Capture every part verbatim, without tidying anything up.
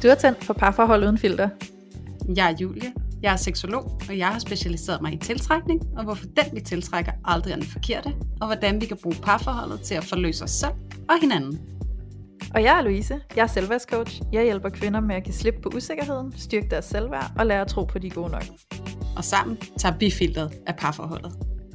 Du er tændt for parforhold uden filter. Jeg er Julie, jeg er seksolog, og jeg har specialiseret mig i tiltrækning, og hvorfor den vi tiltrækker aldrig er den forkerte, og hvordan vi kan bruge parforholdet til at forløse os selv og hinanden. Og jeg er Louise, jeg er selvværdscoach. Jeg hjælper kvinder med at give slip på usikkerheden, styrke deres selvværd og lære at tro på, de er gode nok. Og sammen tager vi filteret af parforholdet.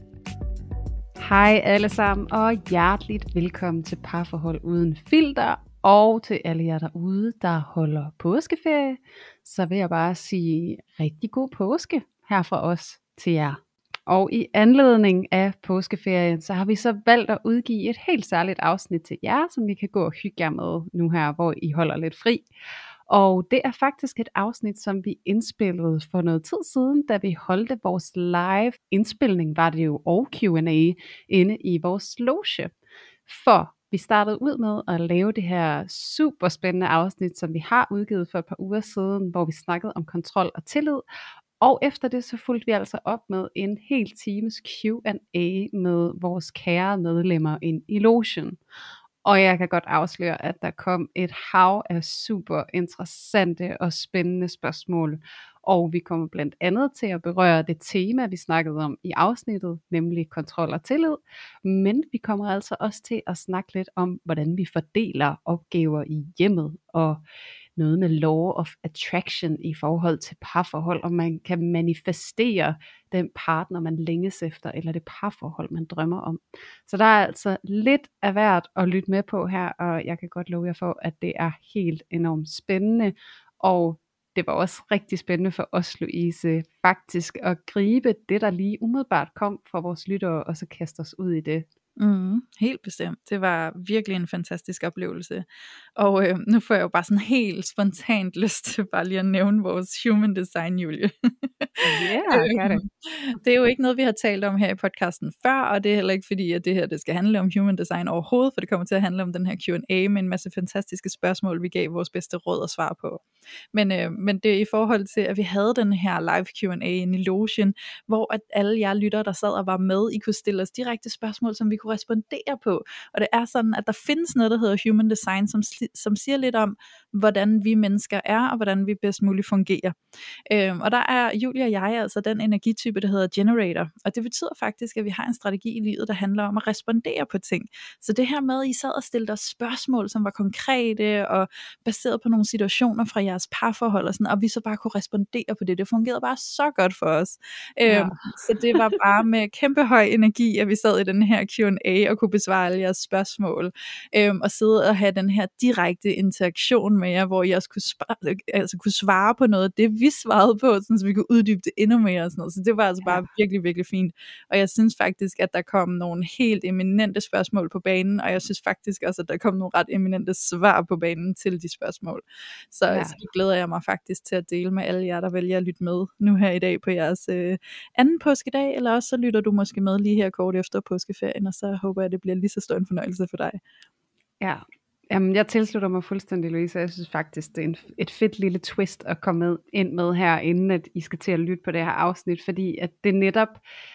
Hej alle sammen, og hjerteligt velkommen til Parforhold Uden Filter, og til alle jer derude, der holder påskeferie, så vil jeg bare sige rigtig god påske her fra os til jer. Og i anledning af påskeferien, så har vi så valgt at udgive et helt særligt afsnit til jer, som vi kan gå og hygge jer med nu her, hvor I holder lidt fri. Og det er faktisk et afsnit, som vi indspillede for noget tid siden, da vi holdte vores live indspilning, var det jo, og Q and A inde i vores loge. For vi startede ud med at lave det her super spændende afsnit, som vi har udgivet for et par uger siden, hvor vi snakkede om kontrol og tillid. Og efter det så fulgte vi altså op med en hel times Q and A med vores kære medlemmer ind i logen. Og jeg kan godt afsløre, at der kom et hav af super interessante og spændende spørgsmål. Og vi kommer blandt andet til at berøre det tema, vi snakkede om i afsnittet, nemlig kontrol og tillid. Men vi kommer altså også til at snakke lidt om, hvordan vi fordeler opgaver i hjemmet, og noget med law of attraction i forhold til parforhold, og man kan manifestere den partner, man længes efter, eller det parforhold, man drømmer om. Så der er altså lidt af hvert at lytte med på her, og jeg kan godt love jer for, at det er helt enormt spændende, og det var også rigtig spændende for os, Louise, faktisk at gribe det, der lige umiddelbart kom fra vores lyttere, og så kaste os ud i det. Mm, helt bestemt. Det var virkelig en fantastisk oplevelse. Og øh, nu får jeg jo bare sådan helt spontant lyst til bare lige at nævne vores human design, Julie. Ja, yeah, det. Det er jo ikke noget, vi har talt om her i podcasten før, og det er heller ikke fordi, at det her det skal handle om human design overhovedet, for det kommer til at handle om den her Q and A med en masse fantastiske spørgsmål, vi gav vores bedste råd og svar på. Men, øh, men det er i forhold til, at vi havde den her live Q and A inde i logen, hvor at alle jer lyttere, der sad og var med, I kunne stille os direkte spørgsmål, som vi kunne respondere på. Og det er sådan, at der findes noget, der hedder human design, som, som siger lidt om, hvordan vi mennesker er, og hvordan vi bedst muligt fungerer. Øhm, og der er Julie og jeg altså den energitype, der hedder generator. Og det betyder faktisk, at vi har en strategi i livet, der handler om at respondere på ting. Så det her med, at I sad og stillede os spørgsmål, som var konkrete og baseret på nogle situationer fra jeres parforhold, og, sådan, og vi så bare kunne respondere på det. Det fungerede bare så godt for os. Ja. Øhm, så det var bare med kæmpe høj energi, at vi sad i den her Q and A og kunne besvare alle jeres spørgsmål. Øhm, og sidde og have den her direkte interaktion med jer, hvor I også kunne, sp- altså kunne svare på noget af det, vi svarede på, sådan, så vi kunne uddybe det endnu mere. Og sådan noget. Så det var altså bare ja. virkelig, virkelig fint. Og jeg synes faktisk, at der kom nogle helt eminente spørgsmål på banen, og jeg synes faktisk også, at der kom nogle ret eminente svar på banen til de spørgsmål. Så, ja. så det glæder jeg mig faktisk til at dele med alle jer, der vælger at lytte med nu her i dag på jeres øh, anden påskedag, eller også så lytter du måske med lige her kort efter påskeferien, og så håber jeg, at det bliver lige så stor en fornøjelse for dig. Ja, Jamen, jeg tilslutter mig fuldstændig, Louise. Jeg synes faktisk, det er en, et fedt lille twist at komme med, ind med her, inden at I skal til at lytte på det her afsnit, fordi at det netop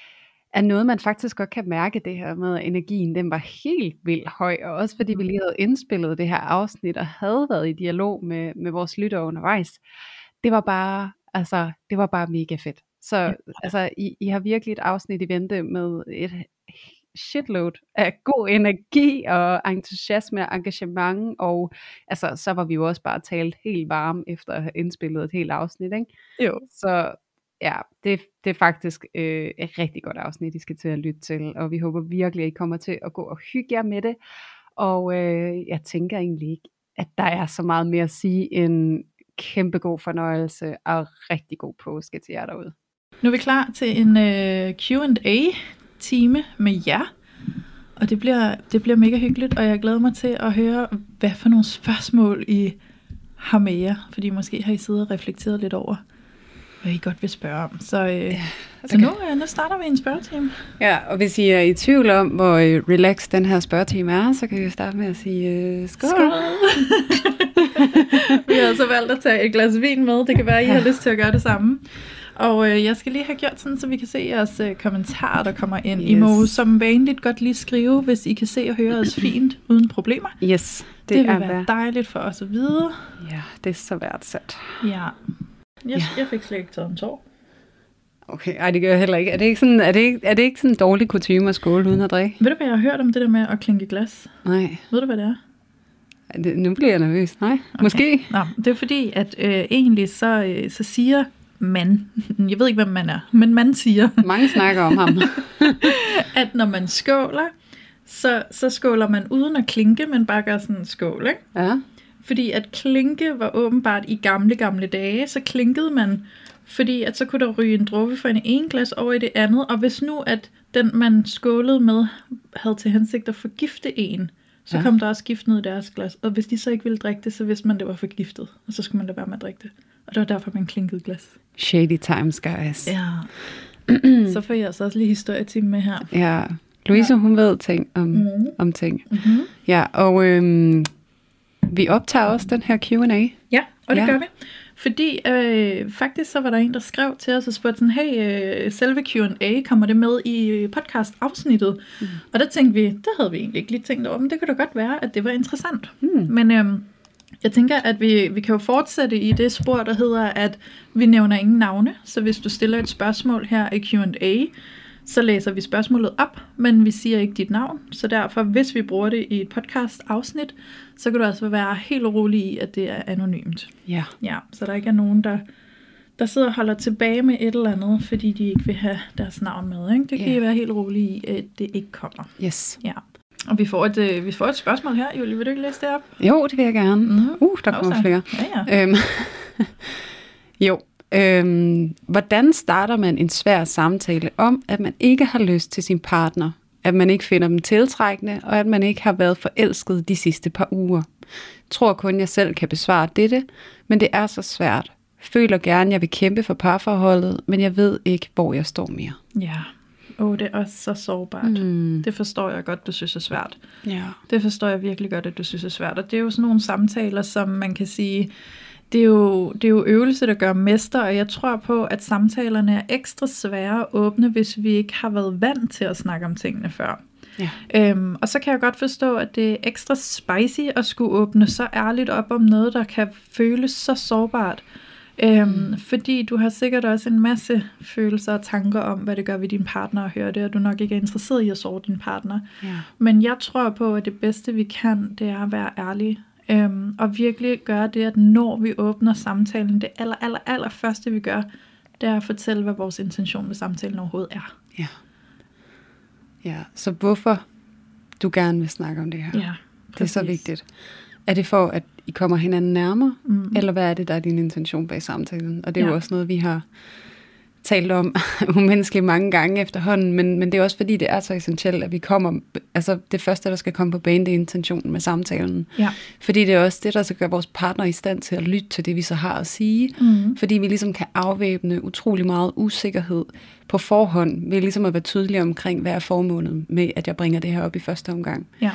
er noget, man faktisk godt kan mærke, det her med, at energien den var helt vildt høj, og også fordi vi lige havde indspillet det her afsnit, og havde været i dialog med, med vores lyttere undervejs. Det var bare, altså, det var bare mega fedt. Så ja. altså, I, I har virkelig et afsnit i vente med et shitload af god energi og entusiasme og engagement, og altså, så var vi jo også bare talt helt varme efter at have indspillet et helt afsnit, ikke? Jo. Så ja, det, det er faktisk øh, et rigtig godt afsnit, I skal til at lytte til, og vi håber virkelig, at I kommer til at gå og hygge jer med det, og øh, jeg tænker egentlig ikke, at der er så meget mere at sige end kæmpe god fornøjelse og rigtig god påske til jer derude. Nu er vi klar til en øh, Q and A time med jer, og det bliver, det bliver mega hyggeligt, og jeg glæder mig til at høre, hvad for nogle spørgsmål I har med jer, fordi måske har I siddet og reflekteret lidt over, hvad I godt vil spørge om. Så, øh, ja, så nu, øh, nu starter vi en spørgetime. Ja, og hvis I er i tvivl om, hvor øh, relaxed den her spørgetime er, så kan vi starte med at sige øh, skål. skål. Vi har altså valgt at tage et glas vin med. Det kan være, at I har lyst til at gøre det samme. Og øh, jeg skal lige have gjort sådan, så vi kan se jeres øh, kommentarer, der kommer ind. Yes. I må som vanligt godt lige skrive, hvis I kan se og høre os fint, uden problemer. Yes. Det, det vil er være dejligt for os at vide. Ja, det er så værdsat. Ja. Jeg, ja. jeg fik slet ikke taget en tår. Okay, ej, det gør jeg heller ikke. Er det ikke sådan, er det ikke, er det ikke sådan en dårlig kutyme at skåle uden at drikke? Ved du, hvad jeg har hørt om det der med at klinke glas? Nej. Ved du, hvad det er? Det, nu bliver jeg nervøs. Nej, okay. Måske. Nå, det er fordi, at øh, egentlig så, øh, så siger man, jeg ved ikke, hvem man er, men man siger. Mange snakker om ham. At når man skåler, så, så skåler man uden at klinke, men bare gør sådan en skål, ikke? Ja. Fordi at klinke var åbenbart i gamle, gamle dage, så klinkede man, fordi at så kunne der ryge en dråbe fra en ene glas over i det andet, og hvis nu at den, man skålede med, havde til hensigt at forgifte en, så ja. kom der også gift ned i deres glas, og hvis de så ikke ville drikke det, så vidste man, det var forgiftet, og så skulle man da være med at drikke det. Og det var derfor, man klinkede glas. Shady times, guys. Ja. Så får jeg altså også lige historietime med her. Ja, Louise, ja. hun ved ting om, mm. om ting. Mm-hmm. Ja, og øhm, vi optager også den her Q and A. Ja, og det ja. gør vi. Fordi øh, faktisk så var der en, der skrev til os og spurgte sådan, hey, øh, selve Q and A, kommer det med i podcast-afsnittet? Mm. Og der tænkte vi, det havde vi egentlig ikke lige tænkt over, men det kunne da godt være, at det var interessant. Mm. Men øh, jeg tænker, at vi, vi kan jo fortsætte i det spor, der hedder, at vi nævner ingen navne. Så hvis du stiller et spørgsmål her i Q and A, så læser vi spørgsmålet op, men vi siger ikke dit navn. Så derfor, hvis vi bruger det i et podcast-afsnit, så kan du altså være helt rolig i, at det er anonymt. Ja. Ja, så der ikke er nogen, der, der sidder og holder tilbage med et eller andet, fordi de ikke vil have deres navn med. Ikke? Det kan yeah. I være helt rolig i, at det ikke kommer. Yes. Ja. Og vi får, et, vi får et spørgsmål her. Julie, vil du ikke læse det op? Jo, det vil jeg gerne. Mm. Uh, der kommer flere. Ja, ja. Øhm, jo. Øhm, hvordan starter man en svær samtale om, at man ikke har lyst til sin partner, at man ikke finder dem tiltrækkende, og at man ikke har været forelsket de sidste par uger? Tror kun, jeg selv kan besvare dette, men det er så svært. Føler gerne, jeg vil kæmpe for parforholdet, men jeg ved ikke, hvor jeg står mere. Ja, åh, oh, det er også så sårbart. Mm. Det forstår jeg godt, du synes er svært. Ja. Det forstår jeg virkelig godt, at du synes er svært. Og det er jo sådan nogle samtaler, som man kan sige, det er jo, det er jo øvelse, der gør mester, og jeg tror på, at samtalerne er ekstra svære at åbne, hvis vi ikke har været vant til at snakke om tingene før. Ja. Øhm, og så kan jeg godt forstå, at det er ekstra spicy at skulle åbne så ærligt op om noget, der kan føles så sårbart. Øhm, mm. Fordi du har sikkert også en masse følelser og tanker om, hvad det gør ved din partner at høre det, og du nok ikke er interesseret i at såre din partner. Ja. Men jeg tror på, at det bedste vi kan, det er at være ærlige. Øhm, og virkelig gøre det, at når vi åbner samtalen, det aller, aller, aller første vi gør, det er at fortælle, hvad vores intention med samtalen overhovedet er. Ja. Ja, så hvorfor du gerne vil snakke om det her? Ja, det er så vigtigt. Er det for, at I kommer hinanden nærmere? Mm. Eller hvad er det, der er din intention bag samtalen? Og det er ja. jo også noget, vi har talt om umenneskeligt mange gange efterhånden, men, men det er også fordi, det er så essentielt, at vi kommer, altså det første, der skal komme på banen, det er intentionen med samtalen. Ja. Fordi det er også det, der skal gøre vores partner i stand til at lytte til det, vi så har at sige. Mm. Fordi vi ligesom kan afvæbne utrolig meget usikkerhed på forhånd, ved ligesom at være tydelige omkring, hvad er formålet med, at jeg bringer det her op i første omgang. Ja.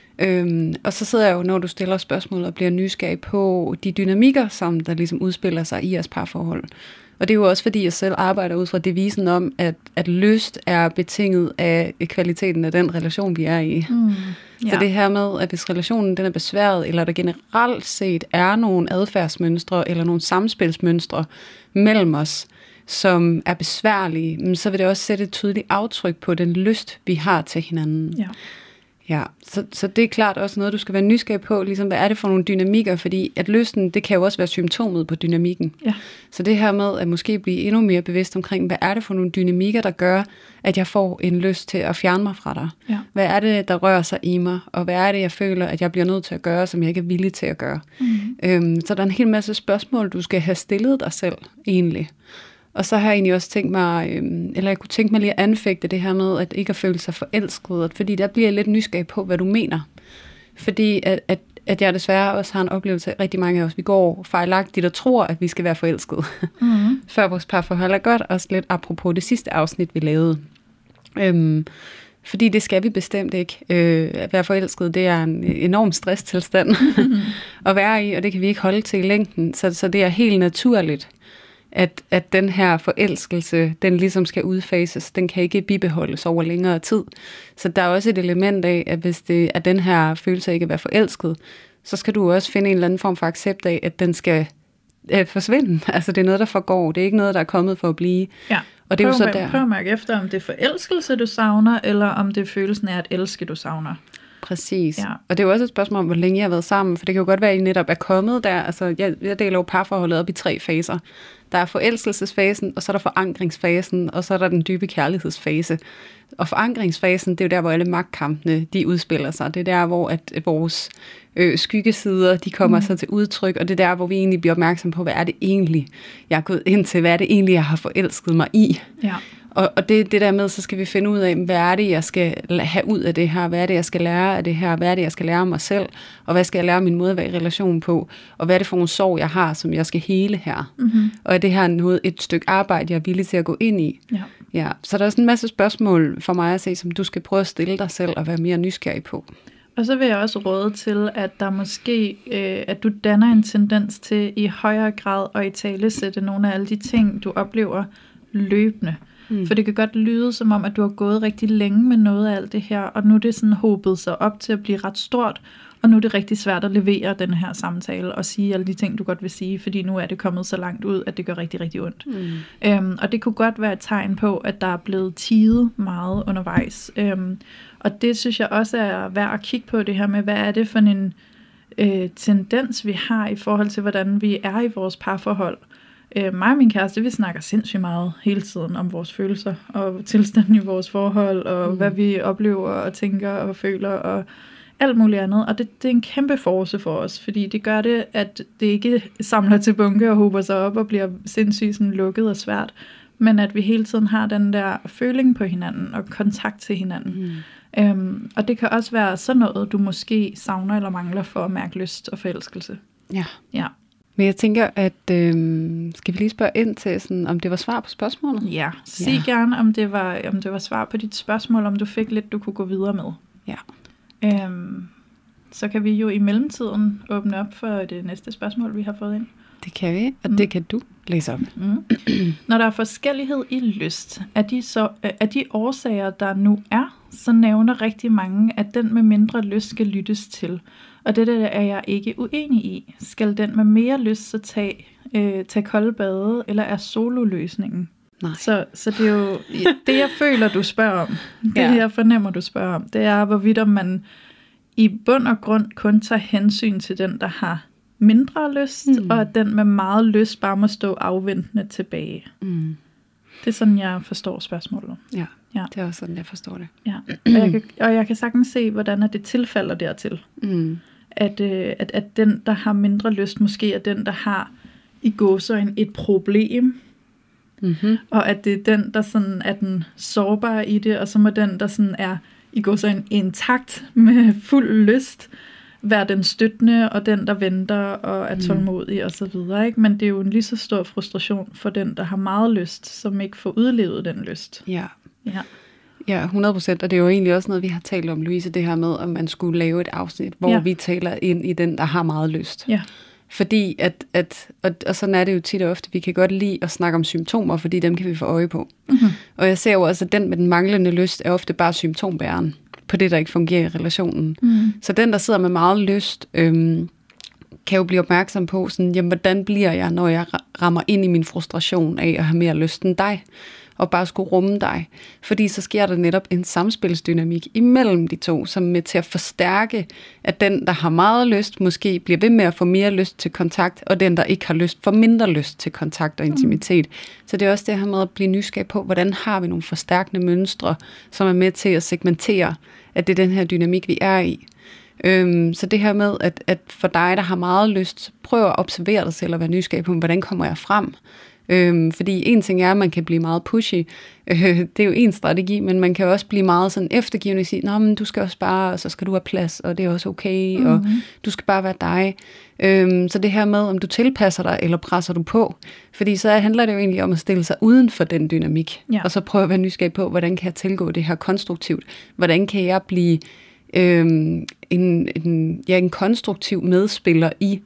Øhm, og så sidder jeg jo, når du stiller spørgsmål og bliver nysgerrig på de dynamikker, som der ligesom udspiller sig i jeres parforhold. Og det er jo også fordi, jeg selv arbejder ud fra devisen om, at, at lyst er betinget af kvaliteten af den relation, vi er i. Mm, ja. Så det her med, at hvis relationen den er besværet, eller der generelt set er nogle adfærdsmønstre, eller nogle samspilsmønstre mellem os, som er besværlige, så vil det også sætte et tydeligt aftryk på den lyst, vi har til hinanden. Ja. Ja, så, så det er klart også noget, du skal være nysgerrig på, ligesom hvad er det for nogle dynamikker, fordi at lysten, det kan jo også være symptomet på dynamikken. Ja. Så det her med at måske blive endnu mere bevidst omkring, hvad er det for nogle dynamikker, der gør, at jeg får en lyst til at fjerne mig fra dig? Ja. Hvad er det, der rører sig i mig, og hvad er det, jeg føler, at jeg bliver nødt til at gøre, som jeg ikke er villig til at gøre? Mm. Øhm, så der er en hel masse spørgsmål, du skal have stillet dig selv, egentlig. Og så har jeg egentlig også tænkt mig, øh, eller jeg kunne tænke mig lige at anfægte det her med, at ikke at føle sig forelsket, fordi der bliver jeg lidt nysgerrig på, hvad du mener. Fordi at, at, at jeg desværre også har en oplevelse af rigtig mange af os, vi går fejlagtigt og tror, at vi skal være forelsket, mm-hmm. før vores parforhold er godt, også lidt apropos det sidste afsnit, vi lavede. Øhm, fordi det skal vi bestemt ikke. Øh, at være forelsket, det er en enorm stresstilstand mm-hmm. at være i, og det kan vi ikke holde til i længden. Så, så det er helt naturligt, At, at den her forelskelse, den ligesom skal udfases, den kan ikke bibeholdes over længere tid. Så der er også et element af, at hvis det er den her følelse af ikke at være forelsket, så skal du også finde en eller anden form for accept af, at den skal øh, forsvinde. Altså det er noget, der forgår. Det er ikke noget, der er kommet for at blive. Ja. Og det er jo så der. Prøv at mærke efter, om det er forelskelse, du savner, eller om det er følelsen af at elske, du savner. Præcis. Ja. Og det er jo også et spørgsmål om, hvor længe jeg har været sammen, for det kan jo godt være, at I netop er kommet der. Altså, jeg, jeg deler jo parforholdet op i tre faser. Der er forelskelsesfasen, og så er der forankringsfasen, og så er der den dybe kærlighedsfase. Og forankringsfasen, det er jo der, hvor alle magtkampene, de udspiller sig. Det er der, hvor at vores øh, skyggesider, de kommer mm. så til udtryk, og det er der, hvor vi egentlig bliver opmærksom på, hvad er det egentlig, jeg er gået ind til, hvad er det egentlig, jeg har forelsket mig i. Ja. Og, og det, det der med, så skal vi finde ud af, hvad er det, jeg skal have ud af det her, hvad er det, jeg skal lære af det her, hvad er det, jeg skal lære mig selv, og hvad skal jeg lære min måde at være i relation på, og hvad er det for nogle sorg, jeg har, som jeg skal hele her. Mm-hmm. Og er det her noget, et stykke arbejde, jeg er villig til at gå ind i? Ja. Ja. Så der er sådan en masse spørgsmål for mig at se, som du skal prøve at stille dig selv og være mere nysgerrig på. Og så vil jeg også råde til, at der måske, øh, at du danner en tendens til i højere grad at italesætte nogle af alle de ting, du oplever løbende. Mm. For det kan godt lyde som om, at du har gået rigtig længe med noget af alt det her, og nu er det sådan hobet sig op til at blive ret stort, og nu er det rigtig svært at levere den her samtale og sige alle de ting, du godt vil sige, fordi nu er det kommet så langt ud, at det gør rigtig, rigtig ondt. Mm. Øhm, og det kunne godt være et tegn på, at der er blevet tiet meget undervejs. Øhm, og det synes jeg også er værd at kigge på, det her med, hvad er det for en øh, tendens, vi har i forhold til, hvordan vi er i vores parforhold. Øh, mig og min kæreste, vi snakker sindssygt meget hele tiden om vores følelser og tilstanden i vores forhold, og mm. hvad vi oplever og tænker og føler og alt muligt andet. Og det, det er en kæmpe force for os, fordi det gør det, at det ikke samler til bunke og hober sig op og bliver sindssygt sådan lukket og svært, men at vi hele tiden har den der føling på hinanden og kontakt til hinanden. Mm. Øhm, og det kan også være sådan noget, du måske savner eller mangler for at mærke lyst og forelskelse. Ja. Ja. Men jeg tænker, at øh, skal vi lige spørge ind til, sådan, om det var svar på spørgsmålet? Ja, sig ja. gerne, om det, var, om det var svar på dit spørgsmål, om du fik lidt, du kunne gå videre med. Ja. Øhm, så kan vi jo i mellemtiden åbne op for det næste spørgsmål, vi har fået ind. Det kan vi, og mm. det kan du læse op. Mm. Når der er forskellighed i lyst, er de, så, er de årsager, der nu er, så nævner rigtig mange, at den med mindre lyst skal lyttes til. Og det der er jeg ikke uenig i. Skal den med mere lyst så tage, øh, tage kolde bade, eller er sololøsningen? Nej. Så, så det er jo det, jeg føler, du spørger om. Det, ja. jeg fornemmer, du spørger om. Det er, hvorvidt om man i bund og grund kun tager hensyn til den, der har mindre lyst, mm. og at den med meget lyst bare må stå afventende tilbage. Mm. Det er sådan, jeg forstår spørgsmålet. Ja, ja. Det er også sådan, jeg forstår det. Ja. Og, jeg kan, og jeg kan sagtens se, hvordan det tilfælder dertil. Mm. At, øh, at, at den, der har mindre lyst, måske er den, der har i gåseøjne et problem. Mm-hmm. Og at det er den, der sådan er den sårbare i det, og så må den, der sådan er i gåseøjne intakt med fuld lyst, være den støttende, og den, der venter og er tålmodig mm. og så videre, ikke? Men det er jo en lige så stor frustration for den, der har meget lyst, som ikke får udlevet den lyst. Ja. Ja. Ja, hundrede procent, og det er jo egentlig også noget, vi har talt om, Louise, det her med, om man skulle lave et afsnit, hvor ja. vi taler ind i den, der har meget lyst. Ja. Fordi, at, at og, og sådan er det jo tit og ofte, vi kan godt lide at snakke om symptomer, fordi dem kan vi få øje på. Mm-hmm. Og jeg ser jo også, at den med den manglende lyst er ofte bare symptombæreren på det, der ikke fungerer i relationen. Mm. Så den, der sidder med meget lyst, øhm, kan jo blive opmærksom på, sådan, jamen, hvordan bliver jeg, når jeg rammer ind i min frustration af at have mere lyst end dig, og bare skulle rumme dig. Fordi så sker der netop en samspilsdynamik imellem de to, som er med til at forstærke, at den, der har meget lyst, måske bliver ved med at få mere lyst til kontakt, og den, der ikke har lyst, får mindre lyst til kontakt og intimitet. Mm. Så det er også det her med at blive nysgerrig på, hvordan har vi nogle forstærkende mønstre, som er med til at segmentere, at det er den her dynamik, vi er i. Øhm, så det her med, at, at for dig, der har meget lyst, prøv at observere dig selv og være nysgerrig på, hvordan kommer jeg frem? Øhm, fordi en ting er, at man kan blive meget pushy. Øh, det er jo en strategi, men man kan også blive meget sådan eftergivende og sige, nå, men du skal også bare, og så skal du have plads, og det er også okay, mm-hmm. og du skal bare være dig. Øhm, så det her med, om du tilpasser dig, eller presser du på. Fordi så handler det jo egentlig om at stille sig uden for den dynamik. Ja. Og så prøve at være nysgerrig på, hvordan kan jeg tilgå det her konstruktivt? Hvordan kan jeg blive øhm, en, en, ja, en konstruktiv medspiller i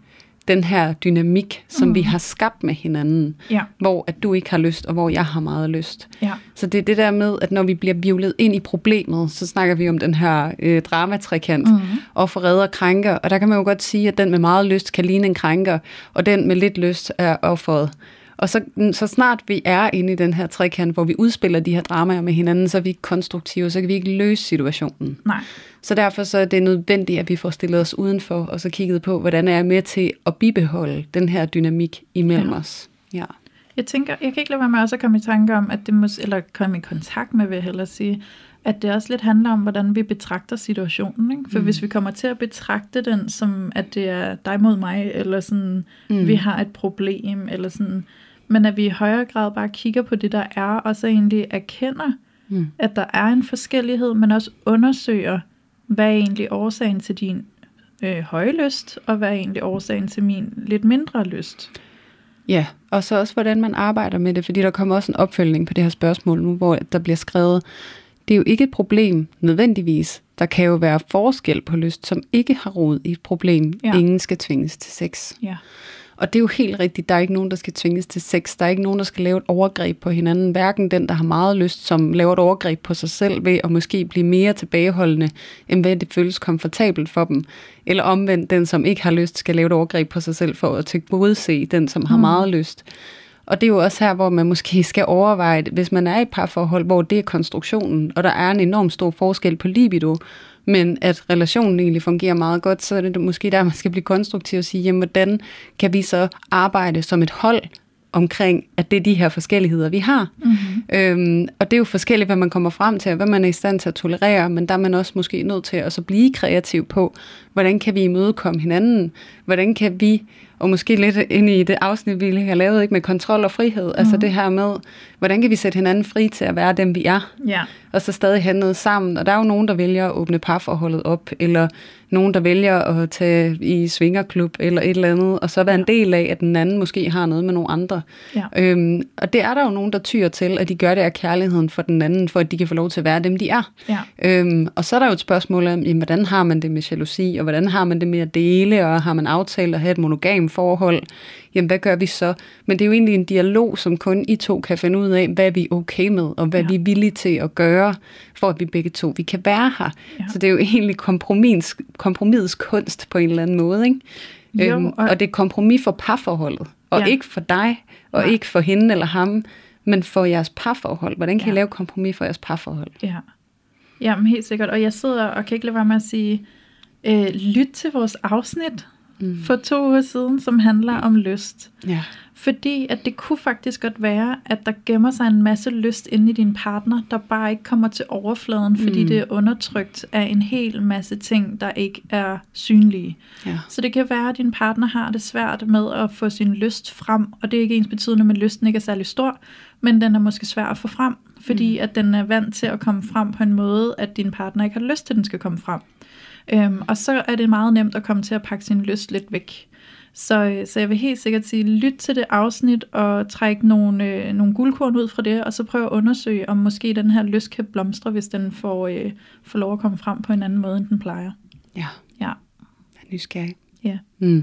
den her dynamik, som mm. vi har skabt med hinanden, ja. hvor at du ikke har lyst, og hvor jeg har meget lyst. Ja. Så det er det der med, at når vi bliver hvirvlet ind i problemet, så snakker vi om den her øh, dramatrekant, mm. og forræder og krænker, og der kan man jo godt sige, at den med meget lyst kan ligne en krænker, og den med lidt lyst er offeret. Og så, så snart vi er inde i den her trekant, hvor vi udspiller de her dramaer med hinanden, så er vi ikke konstruktive, så kan vi ikke løse situationen. Nej. Så derfor så er det nødvendigt, at vi får stillet os udenfor, og så kigget på, hvordan er jeg med til at bibeholde den her dynamik imellem ja. os. Ja. Jeg tænker, jeg kan ikke lade være med også at komme i tanke om, at det må, eller komme i kontakt med, vil jeg hellere sige, at det også lidt handler om, hvordan vi betragter situationen. Ikke? For mm. hvis vi kommer til at betragte den som, at det er dig mod mig, eller sådan, mm. vi har et problem, eller sådan, men at vi i højere grad bare kigger på det, der er, og så egentlig erkender, mm. at der er en forskellighed, men også undersøger, hvad er egentlig årsagen til din øh, høje lyst, og hvad er egentlig årsagen til min lidt mindre lyst. Ja, og så også, hvordan man arbejder med det, fordi der kommer også en opfølgning på det her spørgsmål nu, hvor der bliver skrevet, det er jo ikke et problem nødvendigvis. Der kan jo være forskel på lyst, som ikke har rod i et problem. Ja. Ingen skal tvinges til sex. Ja. Og det er jo helt rigtigt, der er ikke nogen, der skal tvinges til sex. Der er ikke nogen, der skal lave et overgreb på hinanden. Hverken den, der har meget lyst, som laver et overgreb på sig selv ved at måske blive mere tilbageholdende, end hvad det føles komfortabelt for dem. Eller omvendt, den, som ikke har lyst, skal lave et overgreb på sig selv for at tilgodese den, som har mm. meget lyst. Og det er jo også her, hvor man måske skal overveje, hvis man er i et parforhold, hvor det er konstruktionen, og der er en enorm stor forskel på libido, men at relationen egentlig fungerer meget godt, så er det måske der, man skal blive konstruktiv og sige, jamen, hvordan kan vi så arbejde som et hold omkring, at det er de her forskelligheder, vi har. Mm-hmm. Øhm, og det er jo forskelligt, hvad man kommer frem til, og hvad man er i stand til at tolerere, men der er man også måske nødt til at så blive kreativ på, hvordan kan vi imødekomme hinanden, hvordan kan vi, og måske lidt ind i det afsnit, vi har lavet, ikke, med kontrol og frihed, mm-hmm. altså det her med, hvordan kan vi sætte hinanden fri til at være dem, vi er, ja. og så stadig have noget sammen. Og der er jo nogen, der vælger at åbne parforholdet op, eller nogen, der vælger at tage i svingerklub, eller et eller andet, og så være ja. en del af, at den anden måske har noget med nogle andre. Ja. Øhm, og det er der jo nogen, der tyr til, at de gør det af kærligheden for den anden, for at de kan få lov til at være dem, de er. Ja. Øhm, og så er der jo et spørgsmål om, jamen, hvordan har man det med jalousi, og hvordan har man det med at dele, og har man aftalt at have et monogam forhold? Jamen, hvad gør vi så? Men det er jo egentlig en dialog, som kun I to kan finde ud af, hvad vi er okay med, og hvad ja. vi er villige til at gøre, for at vi begge to vi kan være her. Ja. Så det er jo egentlig kompromis, kompromisets kunst på en eller anden måde, ikke? Jo, øhm, og... og det er kompromis for parforholdet, og ja. ikke for dig, og ja. ikke for hende eller ham, men for jeres parforhold. Hvordan kan ja. I lave kompromis for jeres parforhold? Ja, Jamen, helt sikkert. Og jeg sidder og kan ikke lade være med at sige, øh, lyt til vores afsnit mm. for to uger siden, som handler om lyst. Ja. Fordi at det kunne faktisk godt være, at der gemmer sig en masse lyst inde i din partner, der bare ikke kommer til overfladen, fordi mm. det er undertrykt af en hel masse ting, der ikke er synlige. Ja. Så det kan være, at din partner har det svært med at få sin lyst frem, og det er ikke ens betydende med, at lysten ikke er særlig stor, men den er måske svær at få frem, fordi mm. at den er vant til at komme frem på en måde, at din partner ikke har lyst til, at den skal komme frem. Øhm, og så er det meget nemt at komme til at pakke sin lyst lidt væk. Så, så jeg vil helt sikkert sige, lyt til det afsnit og træk nogle, øh, nogle guldkorn ud fra det, og så prøv at undersøge, om måske den her lyst kan blomstre, hvis den får, øh, får lov at komme frem på en anden måde, end den plejer. Ja. Ja. Jeg er nysgerrig. Ja. Mm.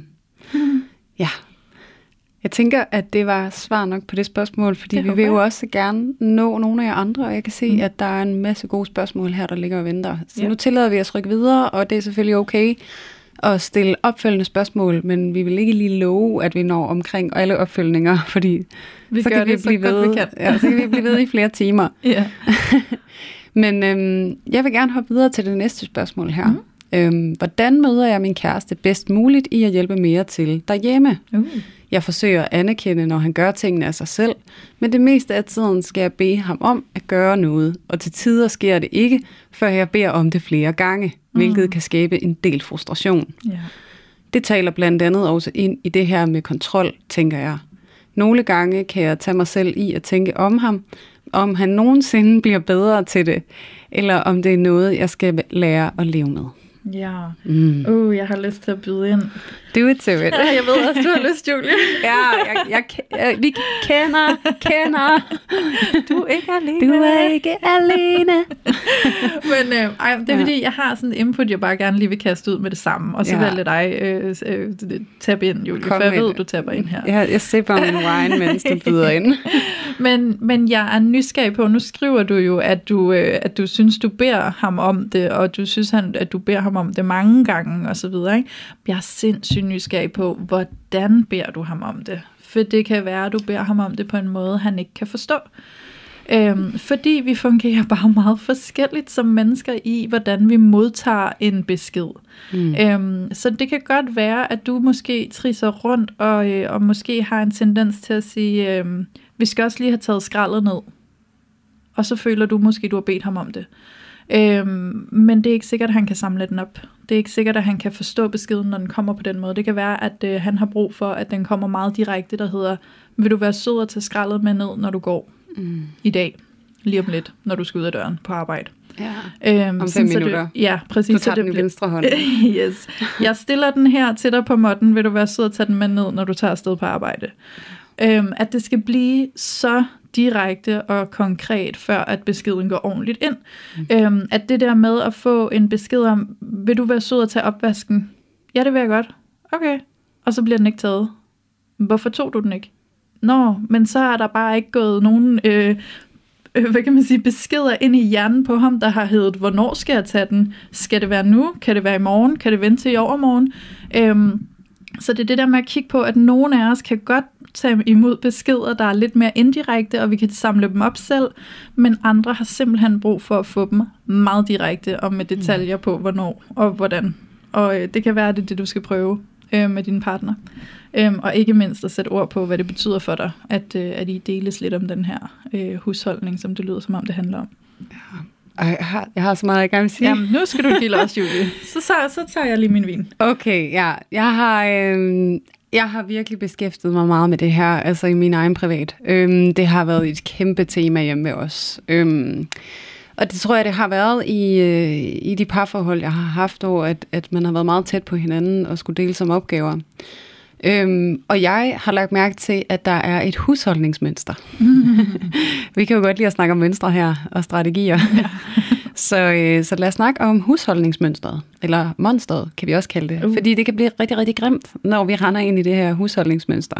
Ja. Jeg tænker, at det var svar nok på det spørgsmål, fordi det vi vil jo også gerne nå nogle af jer andre, og jeg kan se, mm. at der er en masse gode spørgsmål her, der ligger og venter. Så ja. Nu tillader vi os at rykke videre, og det er selvfølgelig okay at stille opfølgende spørgsmål, men vi vil ikke lige love, at vi når omkring alle opfølgninger, fordi vi så kan vi blive ved. Vi kan. Ja, så kan vi blive ved i flere timer. Ja. Men øhm, jeg vil gerne hoppe videre til det næste spørgsmål her. Mm. Øhm, hvordan møder jeg min kæreste bedst muligt i at hjælpe mere til derhjemme? Uh. Jeg forsøger at anerkende, når han gør tingene af sig selv, men det meste af tiden skal jeg bede ham om at gøre noget, og til tider sker det ikke, før jeg beder om det flere gange, hvilket mm. kan skabe en del frustration. Yeah. Det taler blandt andet også ind i det her med kontrol, tænker jeg. Nogle gange kan jeg tage mig selv i at tænke om ham, om han nogensinde bliver bedre til det, eller om det er noget, jeg skal lære at leve med. Ja. Mm. Uh, jeg har lyst til at byde ind. Do it to it. Ja, jeg ved også, du har lyst, Julie. Ja, jeg, jeg, jeg, vi kender, kender. Du er ikke alene. Du er ikke alene. Men øh, ej, det er Ja. fordi, jeg har sådan en input, jeg bare gerne lige vil kaste ud med det samme. Og så Ja. vil jeg lade dig øh, øh, tabe ind, Julie. Kom For jeg med ved, det. du taber ind her. Jeg, jeg sipper min wine, mens du byder ind. Men, men jeg er nysgerrig på, nu skriver du jo, at du, øh, at du synes, du beder ham om det, og du synes, han, at du beder ham om det mange gange, og så videre. Ikke? Jeg er sindssygt nysgerrig på, hvordan beder du ham om det? For det kan være, at du beder ham om det på en måde, han ikke kan forstå. Øhm, fordi vi fungerer bare meget forskelligt som mennesker i, hvordan vi modtager en besked. Mm. Øhm, så det kan godt være, at du måske trisser rundt, og, øh, og måske har en tendens til at sige, øh, vi skal også lige have taget skraldet ned. Og så føler du måske, du har bedt ham om det. Øhm, men det er ikke sikkert, at han kan samle den op. Det er ikke sikkert, at han kan forstå beskeden, når den kommer på den måde. Det kan være, at øh, han har brug for, at den kommer meget direkte, der hedder, vil du være sød at tage skraldet med ned, når du går mm. i dag, lige om lidt, når du skal ud af døren på arbejde. Ja. Øhm, Om sådan, fem så minutter. Det, ja, præcis. Du tager så den det i venstre hånd. yes. Jeg stiller den her til dig på måtten, vil du være sød at tage den med ned, når du tager afsted på arbejde. Øhm, at det skal blive så direkte og konkret, før at beskeden går ordentligt ind. Mm. Øhm, at det der med at få en besked om, vil du være sød at tage opvasken? Ja, det vil jeg godt. Okay. Og så bliver den ikke taget. Hvorfor tog du den ikke? Nå, men så er der bare ikke gået nogen øh, øh, hvad kan man sige, beskeder ind i hjernen på ham, der har heddet, hvornår skal jeg tage den? Skal det være nu? Kan det være i morgen? Kan det vente til i overmorgen? Øhm, Så det er det der med at kigge på, at nogle af os kan godt tage imod beskeder, der er lidt mere indirekte, og vi kan samle dem op selv, men andre har simpelthen brug for at få dem meget direkte og med detaljer på, hvornår og hvordan. Og øh, det kan være, at det er det, du skal prøve øh, med din partner. Øhm, og ikke mindst at sætte ord på, hvad det betyder for dig, at, øh, at I deles lidt om den her øh, husholdning, som det lyder som om det handler om. Ja. Jeg har, jeg har så meget, jeg gerne vil sige. Jamen, nu skal du give os, Julie. Så, så, så tager jeg lige min vin. Okay, ja. Jeg har, øh, jeg har virkelig beskæftiget mig meget med det her, altså i min egen privat. Øhm, det har været et kæmpe tema hjemme med os. Øhm, og det tror jeg, det har været i, øh, i de parforhold, jeg har haft over, at, at man har været meget tæt på hinanden og skulle dele som opgaver. Øhm, og jeg har lagt mærke til, at der er et husholdningsmønster. Vi kan jo godt lide at snakke om mønstre her, og strategier. Ja. så, øh, så lad os snakke om husholdningsmønstret, eller monstret, kan vi også kalde det. Uh. Fordi det kan blive rigtig, rigtig grimt, når vi render ind i det her husholdningsmønster.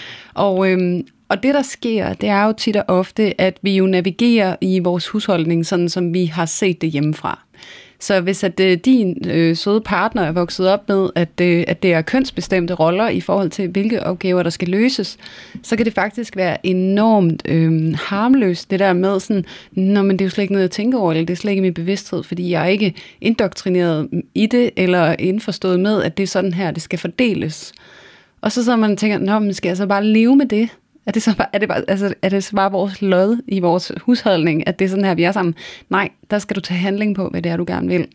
Og, øhm, og det, der sker, det er jo tit og ofte, at vi jo navigerer i vores husholdning, sådan som vi har set det hjemmefra. Så hvis at øh, din øh, søde partner er vokset op med, at, øh, at det er kønsbestemte roller i forhold til, hvilke opgaver, der skal løses, så kan det faktisk være enormt øh, harmløst, det der med sådan, nå, men det er jo slet ikke noget, jeg tænker over, eller det er slet ikke min bevidsthed, fordi jeg er ikke indoktrineret i det, eller indforstået med, at det er sådan her, det skal fordeles. Og så så man tænker, nå, men skal jeg så bare leve med det? Er det så bare, er det bare, altså, er det så bare vores lod i vores husholdning, at det er sådan her, vi er sammen? Nej, der skal du tage handling på, hvad det er, du gerne vil.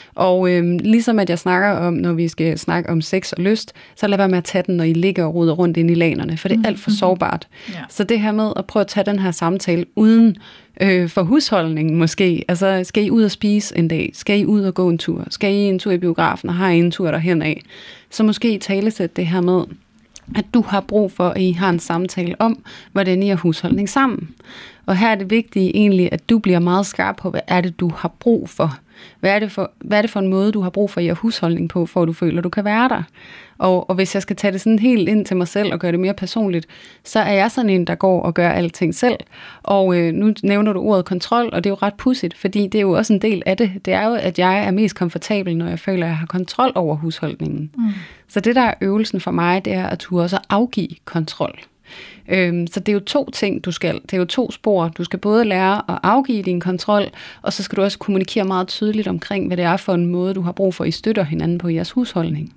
Og øhm, ligesom at jeg snakker om, når vi skal snakke om sex og lyst, så lad være med at tage den, når I ligger og ruder rundt ind i lanerne, for det er alt for sårbart. Ja. Så det her med at prøve at tage den her samtale uden øh, for husholdningen måske. Altså, skal I ud og spise en dag? Skal I ud og gå en tur? Skal I en tur i biografen, og har I en tur derhen af? Så måske talesæt det her med, at du har brug for, at I har en samtale om, hvordan I er husholdning sammen. Og her er det vigtigt egentlig, at du bliver meget skarp på, hvad er det, du har brug for. Hvad er det for, hvad er det for en måde, du har brug for i at husholdning på, for at du føler, at du kan være der. Og, og hvis jeg skal tage det sådan helt ind til mig selv og gøre det mere personligt, så er jeg sådan en, der går og gør alting selv. Og øh, nu nævner du ordet kontrol, og det er jo ret pudsigt, fordi det er jo også en del af det. Det er jo, at jeg er mest komfortabel, når jeg føler, at jeg har kontrol over husholdningen. Mm. Så det, der er øvelsen for mig, det er at du også afgive kontrol. Øhm, så det er jo to ting, du skal. Det er jo to spor. Du skal både lære at afgive din kontrol, og så skal du også kommunikere meget tydeligt omkring, hvad det er for en måde, du har brug for, at I støtter hinanden på i jeres husholdning.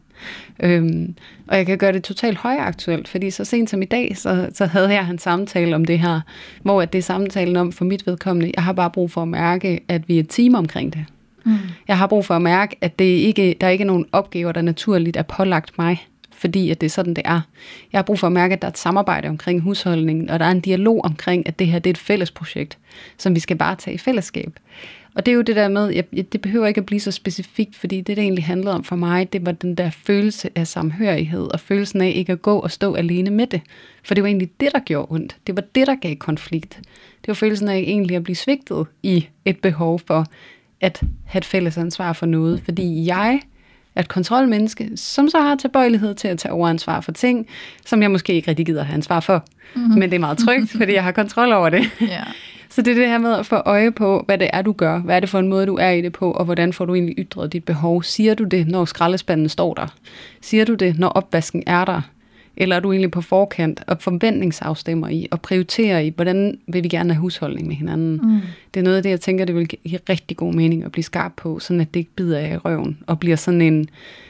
Øhm, og jeg kan gøre det totalt højaktuelt, fordi så sent som i dag, så, så havde jeg en samtale om det her, hvor at det er samtalen om for mit vedkommende, jeg har bare brug for at mærke, at vi er et team omkring det. Mm. Jeg har brug for at mærke, at det ikke, der ikke er nogen opgaver, der naturligt er pålagt mig, fordi at det er sådan, det er. Jeg har brug for at mærke, at der er et samarbejde omkring husholdningen, og der er en dialog omkring, at det her det er et fælles projekt, som vi skal bare tage i fællesskab. Og det er jo det der med, jeg, det behøver ikke at blive så specifikt, fordi det, der egentlig handlede om for mig, det var den der følelse af samhørighed, og følelsen af ikke at gå og stå alene med det. For det var egentlig det, der gjorde ondt. Det var det, der gav konflikt. Det var følelsen af egentlig at blive svigtet i et behov for at have et fælles ansvar for noget. Fordi jeg er et kontrolmenneske, som så har tilbøjelighed til at tage overansvar for ting, som jeg måske ikke rigtig gider have ansvar for. Mm-hmm. Men det er meget trygt, fordi jeg har kontrol over det. Yeah. Så det er det her med at få øje på, hvad det er, du gør. Hvad er det for en måde, du er i det på, og hvordan får du egentlig ytret dit behov. Siger du det, når skraldespanden står der? Siger du det, når opvasken er der? Eller er du egentlig på forkant og forventningsafstemmer i, og prioriterer i, hvordan vil vi gerne have husholdning med hinanden? Mm. Det er noget af det, jeg tænker, det vil give rigtig god mening at blive skarp på, sådan at det ikke bider af i røven, og bliver sådan en,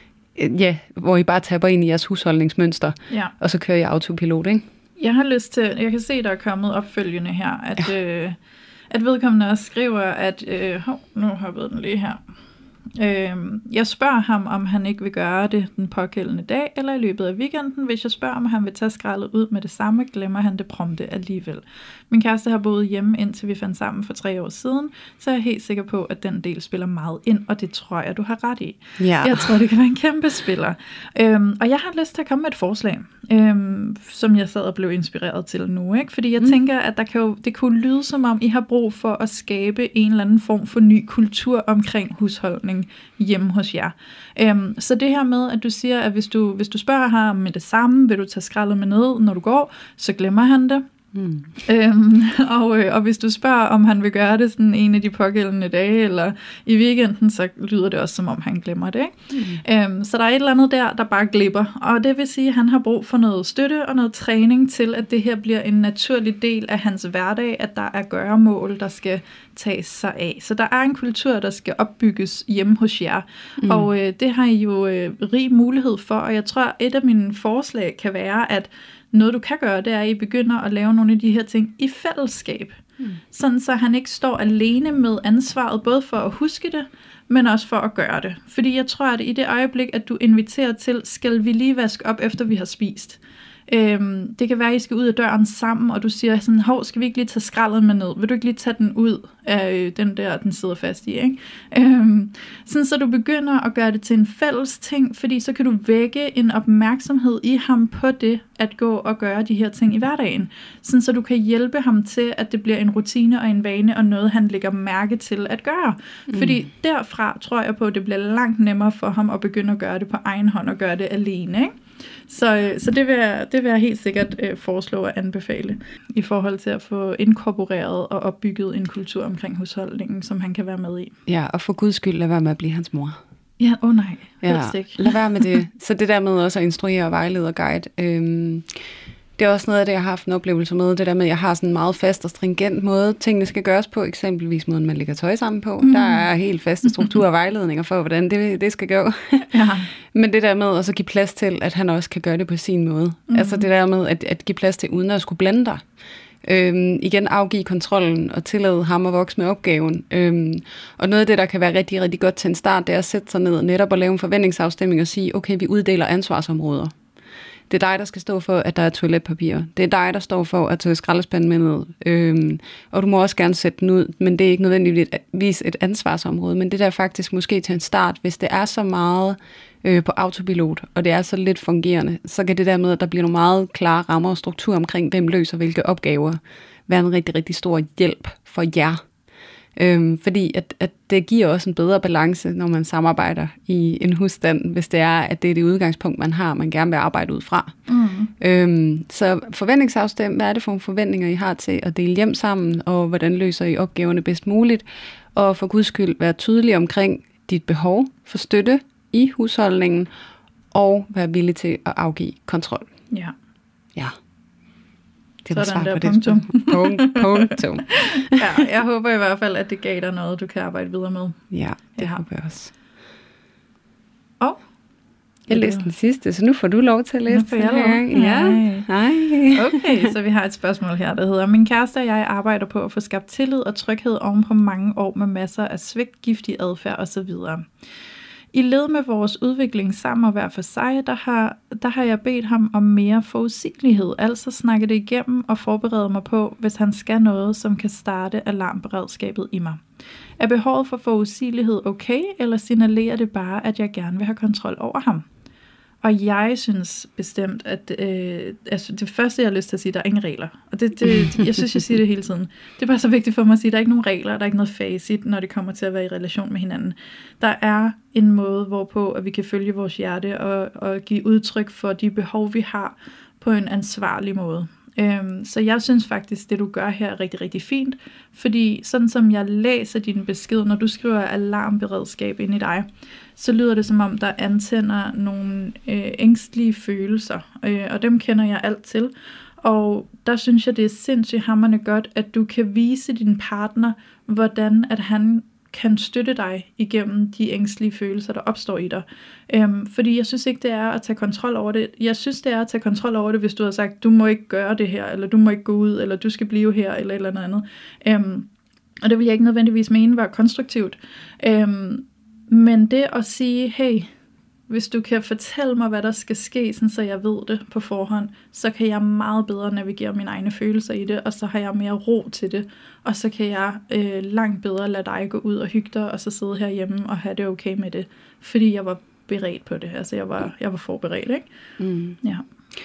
ja, hvor I bare tapper ind i jeres husholdningsmønster, ja. Og så kører I autopilot, ikke? Jeg har lyst til, jeg kan se, der er kommet opfølgende her, at, ja. øh, at vedkommende også skriver, at, øh, hov, nu hoppede den lige her. Øh, jeg spørger ham, om han ikke vil gøre det den pågældende dag, eller i løbet af weekenden. Hvis jeg spørger, om han vil tage skraldet ud med det samme, glemmer han det prompte alligevel. Min kæreste har boet hjemme, indtil vi fandt sammen for tre år siden, så jeg er helt sikker på, at den del spiller meget ind, og det tror jeg, du har ret i. Ja. Jeg tror, det kan være en kæmpe spiller. Øhm, og jeg har lyst til at komme med et forslag, øhm, som jeg sad og blev inspireret til nu, ikke? Fordi jeg mm. tænker, at der kan jo, det kunne lyde som om, I har brug for at skabe en eller anden form for ny kultur omkring husholdning hjemme hos jer. Øhm, så det her med, at du siger, at hvis du, hvis du spørger ham med det samme, vil du tage skraldet med ned, når du går, så glemmer han det. Mm. Øhm, og, og hvis du spørger, om han vil gøre det sådan en af de pågældende dage, eller i weekenden, så lyder det også, som om han glemmer det, ikke? Mm. Øhm, så der er et eller andet der, der bare glipper. Og det vil sige, at han har brug for noget støtte og noget træning til, at det her bliver en naturlig del af hans hverdag, at der er gøremål, der skal tages sig af. Så der er en kultur, der skal opbygges hjemme hos jer. Mm. Og øh, det har I jo øh, rig mulighed for, og jeg tror, et af mine forslag kan være, at noget du kan gøre, det er, at I begynder at lave nogle af de her ting i fællesskab. Mm. Sådan så han ikke står alene med ansvaret, både for at huske det, men også for at gøre det. Fordi jeg tror, at i det øjeblik, at du inviterer til, skal vi lige vaske op, efter vi har spist. Øhm, det kan være, at I skal ud af døren sammen, og du siger sådan, hov, skal vi ikke lige tage skraldet med ned? Vil du ikke lige tage den ud af øh, den der, den sidder fast i, ikke? Øhm, sådan så du begynder at gøre det til en fælles ting, fordi så kan du vække en opmærksomhed i ham på det, at gå og gøre de her ting i hverdagen. Sådan så du kan hjælpe ham til, at det bliver en rutine og en vane, og noget, han lægger mærke til at gøre. Mm. Fordi derfra tror jeg på, at det bliver langt nemmere for ham at begynde at gøre det på egen hånd, og gøre det alene, ikke? Så, så det, vil jeg, det vil jeg helt sikkert øh, foreslå at anbefale i forhold til at få inkorporeret og opbygget en kultur omkring husholdningen, som han kan være med i. Ja, og for guds skyld lad være med at blive hans mor. Ja, åh oh nej, ja, lad være med det. Så det der med også at instruere og vejlede og guide, øhm, det er også noget af det, jeg har haft en oplevelse med, det der med, at jeg har sådan en meget fast og stringent måde, tingene skal gøres på, eksempelvis måden, man lægger tøj sammen på. Mm. Der er helt faste strukturer og vejledninger for, hvordan det, det skal gå. Ja. Men det der med at så give plads til, at han også kan gøre det på sin måde. Mm. Altså det der med at, at give plads til, uden at skulle blande dig. Øhm, igen afgive kontrollen og tillade ham at vokse med opgaven. Øhm, og noget af det, der kan være rigtig, rigtig godt til en start, det er at sætte sig ned og netop at lave en forventningsafstemning og sige, okay, vi uddeler ansvarsområder. Det er dig, der skal stå for, at der er toiletpapir. Det er dig, der står for at tage skraldespanden med ned. Øhm, og du må også gerne sætte den ud, men det er ikke nødvendigvis et ansvarsområde. Men det der faktisk måske til en start, hvis det er så meget øh, på autopilot, og det er så lidt fungerende, så kan det der med, at der bliver nogle meget klare rammer og struktur omkring, hvem løser hvilke opgaver, være en rigtig, rigtig stor hjælp for jer. Øhm, fordi at, at det giver også en bedre balance, når man samarbejder i en husstand, hvis det er, at det er det udgangspunkt, man har, man gerne vil arbejde ud fra. Mm. Øhm, så forventningsafstem, hvad er det for nogle forventninger, I har til at dele hjem sammen, og hvordan løser I opgaverne bedst muligt, og for guds skyld være tydelig omkring dit behov for støtte i husholdningen, og være villig til at afgive kontrol. Ja. Ja. Det var sådan svar der på punktum. Det. Punkt, punktum. Ja, jeg håber i hvert fald, at det gav dig noget, du kan arbejde videre med. Ja, det ja. håber jeg også. Og? Jeg læste den sidste, så nu får du lov til at læse den her gang. Ja. Hej. Okay, så vi har et spørgsmål her, der hedder: min kæreste og jeg arbejder på at få skabt tillid og tryghed oven på mange år med masser af svigt, giftig adfærd osv. I led med vores udvikling sammen og hver for sig, der har, der har jeg bedt ham om mere forudsigelighed, altså snakke det igennem og forberede mig på, hvis han skal noget, som kan starte alarmberedskabet i mig. Er behovet for forudsigelighed okay, eller signalerer det bare, at jeg gerne vil have kontrol over ham? Og jeg synes bestemt, at øh, altså det første, jeg har lyst til at sige, der er ingen regler. Og det, det, jeg synes, jeg siger det hele tiden. Det er bare så vigtigt for mig at sige, at der er ikke nogen regler, der er ikke noget facit, når det kommer til at være i relation med hinanden. Der er en måde, hvorpå at vi kan følge vores hjerte og, og give udtryk for de behov, vi har på en ansvarlig måde. Øhm, så jeg synes faktisk, det du gør her er rigtig, rigtig fint, fordi sådan som jeg læser din besked, når du skriver alarmberedskab ind i dig, så lyder det som om, der antænder nogle øh, ængstlige følelser, øh, og dem kender jeg alt til. Og der synes jeg, det er sindssygt hamrende godt, at du kan vise din partner, hvordan at han kan støtte dig igennem de ængstlige følelser, der opstår i dig. Øhm, fordi jeg synes ikke, det er at tage kontrol over det. Jeg synes, det er at tage kontrol over det, hvis du har sagt, du må ikke gøre det her, eller du må ikke gå ud, eller du skal blive her, eller et eller andet. Øhm, og det vil jeg ikke nødvendigvis mene var konstruktivt. Øhm, men det at sige, hey, hvis du kan fortælle mig, hvad der skal ske, sådan så jeg ved det på forhånd, så kan jeg meget bedre navigere mine egne følelser i det, og så har jeg mere ro til det, og så kan jeg øh, langt bedre lade dig gå ud og hygge dig, og så sidde herhjemme og have det okay med det, fordi jeg var beredt på det, altså jeg var, jeg var forberedt, ikke? Mm. Ja.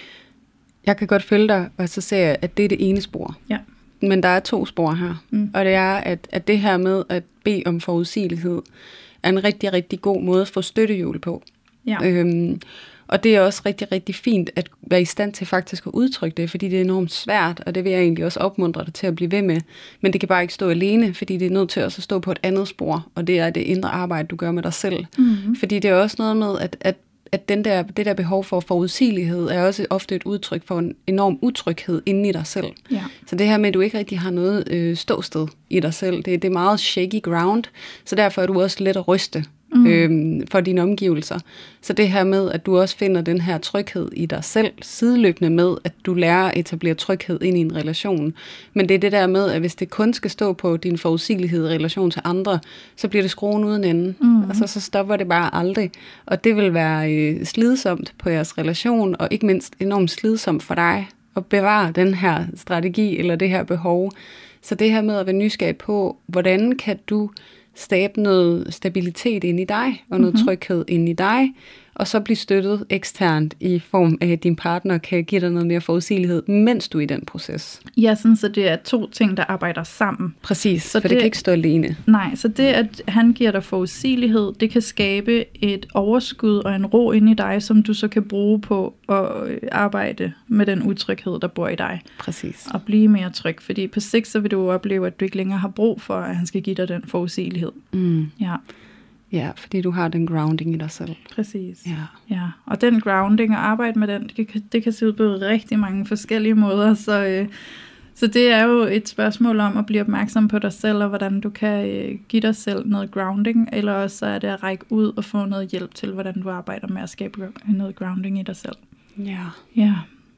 Jeg kan godt følge dig, og så ser jeg, at det er det ene spor. Ja. Men der er to spor her, mm. og det er, at, at det her med at bede om forudsigelighed, er en rigtig, rigtig god måde at få støttehjul på. Ja. Øhm, og det er også rigtig, rigtig fint at være i stand til faktisk at udtrykke det, fordi det er enormt svært, og det vil jeg egentlig også opmuntre dig til at blive ved med. Men det kan bare ikke stå alene, fordi det er nødt til også at stå på et andet spor, og det er det indre arbejde, du gør med dig selv. Mm-hmm. Fordi det er også noget med, at, at, at den der, det der behov for forudsigelighed er også ofte et udtryk for en enorm utryghed inde i dig selv. Ja. Så det her med, at du ikke rigtig har noget øh, ståsted i dig selv, det, det er meget shaky ground, så derfor er du også let at ryste. Mm. Øhm, for dine omgivelser. Så det her med, at du også finder den her tryghed i dig selv, sideløbende med, at du lærer at etablere tryghed ind i en relation. Men det er det der med, at hvis det kun skal stå på din forudsigelighed i relation til andre, så bliver det skruen uden ende. Mm. Og så, så stopper det bare aldrig. Og det vil være øh, slidsomt på jeres relation, og ikke mindst enormt slidsomt for dig at bevare den her strategi eller det her behov. Så det her med at være nysgerrig på, hvordan kan du skabe noget stabilitet ind i dig, og noget mm-hmm. tryghed ind i dig, og så blive støttet eksternt i form af, at din partner kan give dig noget mere forudsigelighed, mens du er i den proces. Ja, sådan så det er to ting, der arbejder sammen. Præcis, så for det, det kan ikke stå alene. Nej, så det, at han giver dig forudsigelighed, det kan skabe et overskud og en ro inde i dig, som du så kan bruge på at arbejde med den utryghed, der bor i dig. Præcis. Og blive mere tryg, fordi på sigt så vil du opleve, at du ikke længere har brug for, at han skal give dig den forudsigelighed. Mm. Ja. Ja, fordi du har den grounding i dig selv. Præcis. Ja. Ja. Og den grounding og arbejde med den, det kan, det kan se ud på rigtig mange forskellige måder. Så, øh, så det er jo et spørgsmål om at blive opmærksom på dig selv, og hvordan du kan øh, give dig selv noget grounding, eller også er det at række ud og få noget hjælp til, hvordan du arbejder med at skabe noget grounding i dig selv. Ja. Ja.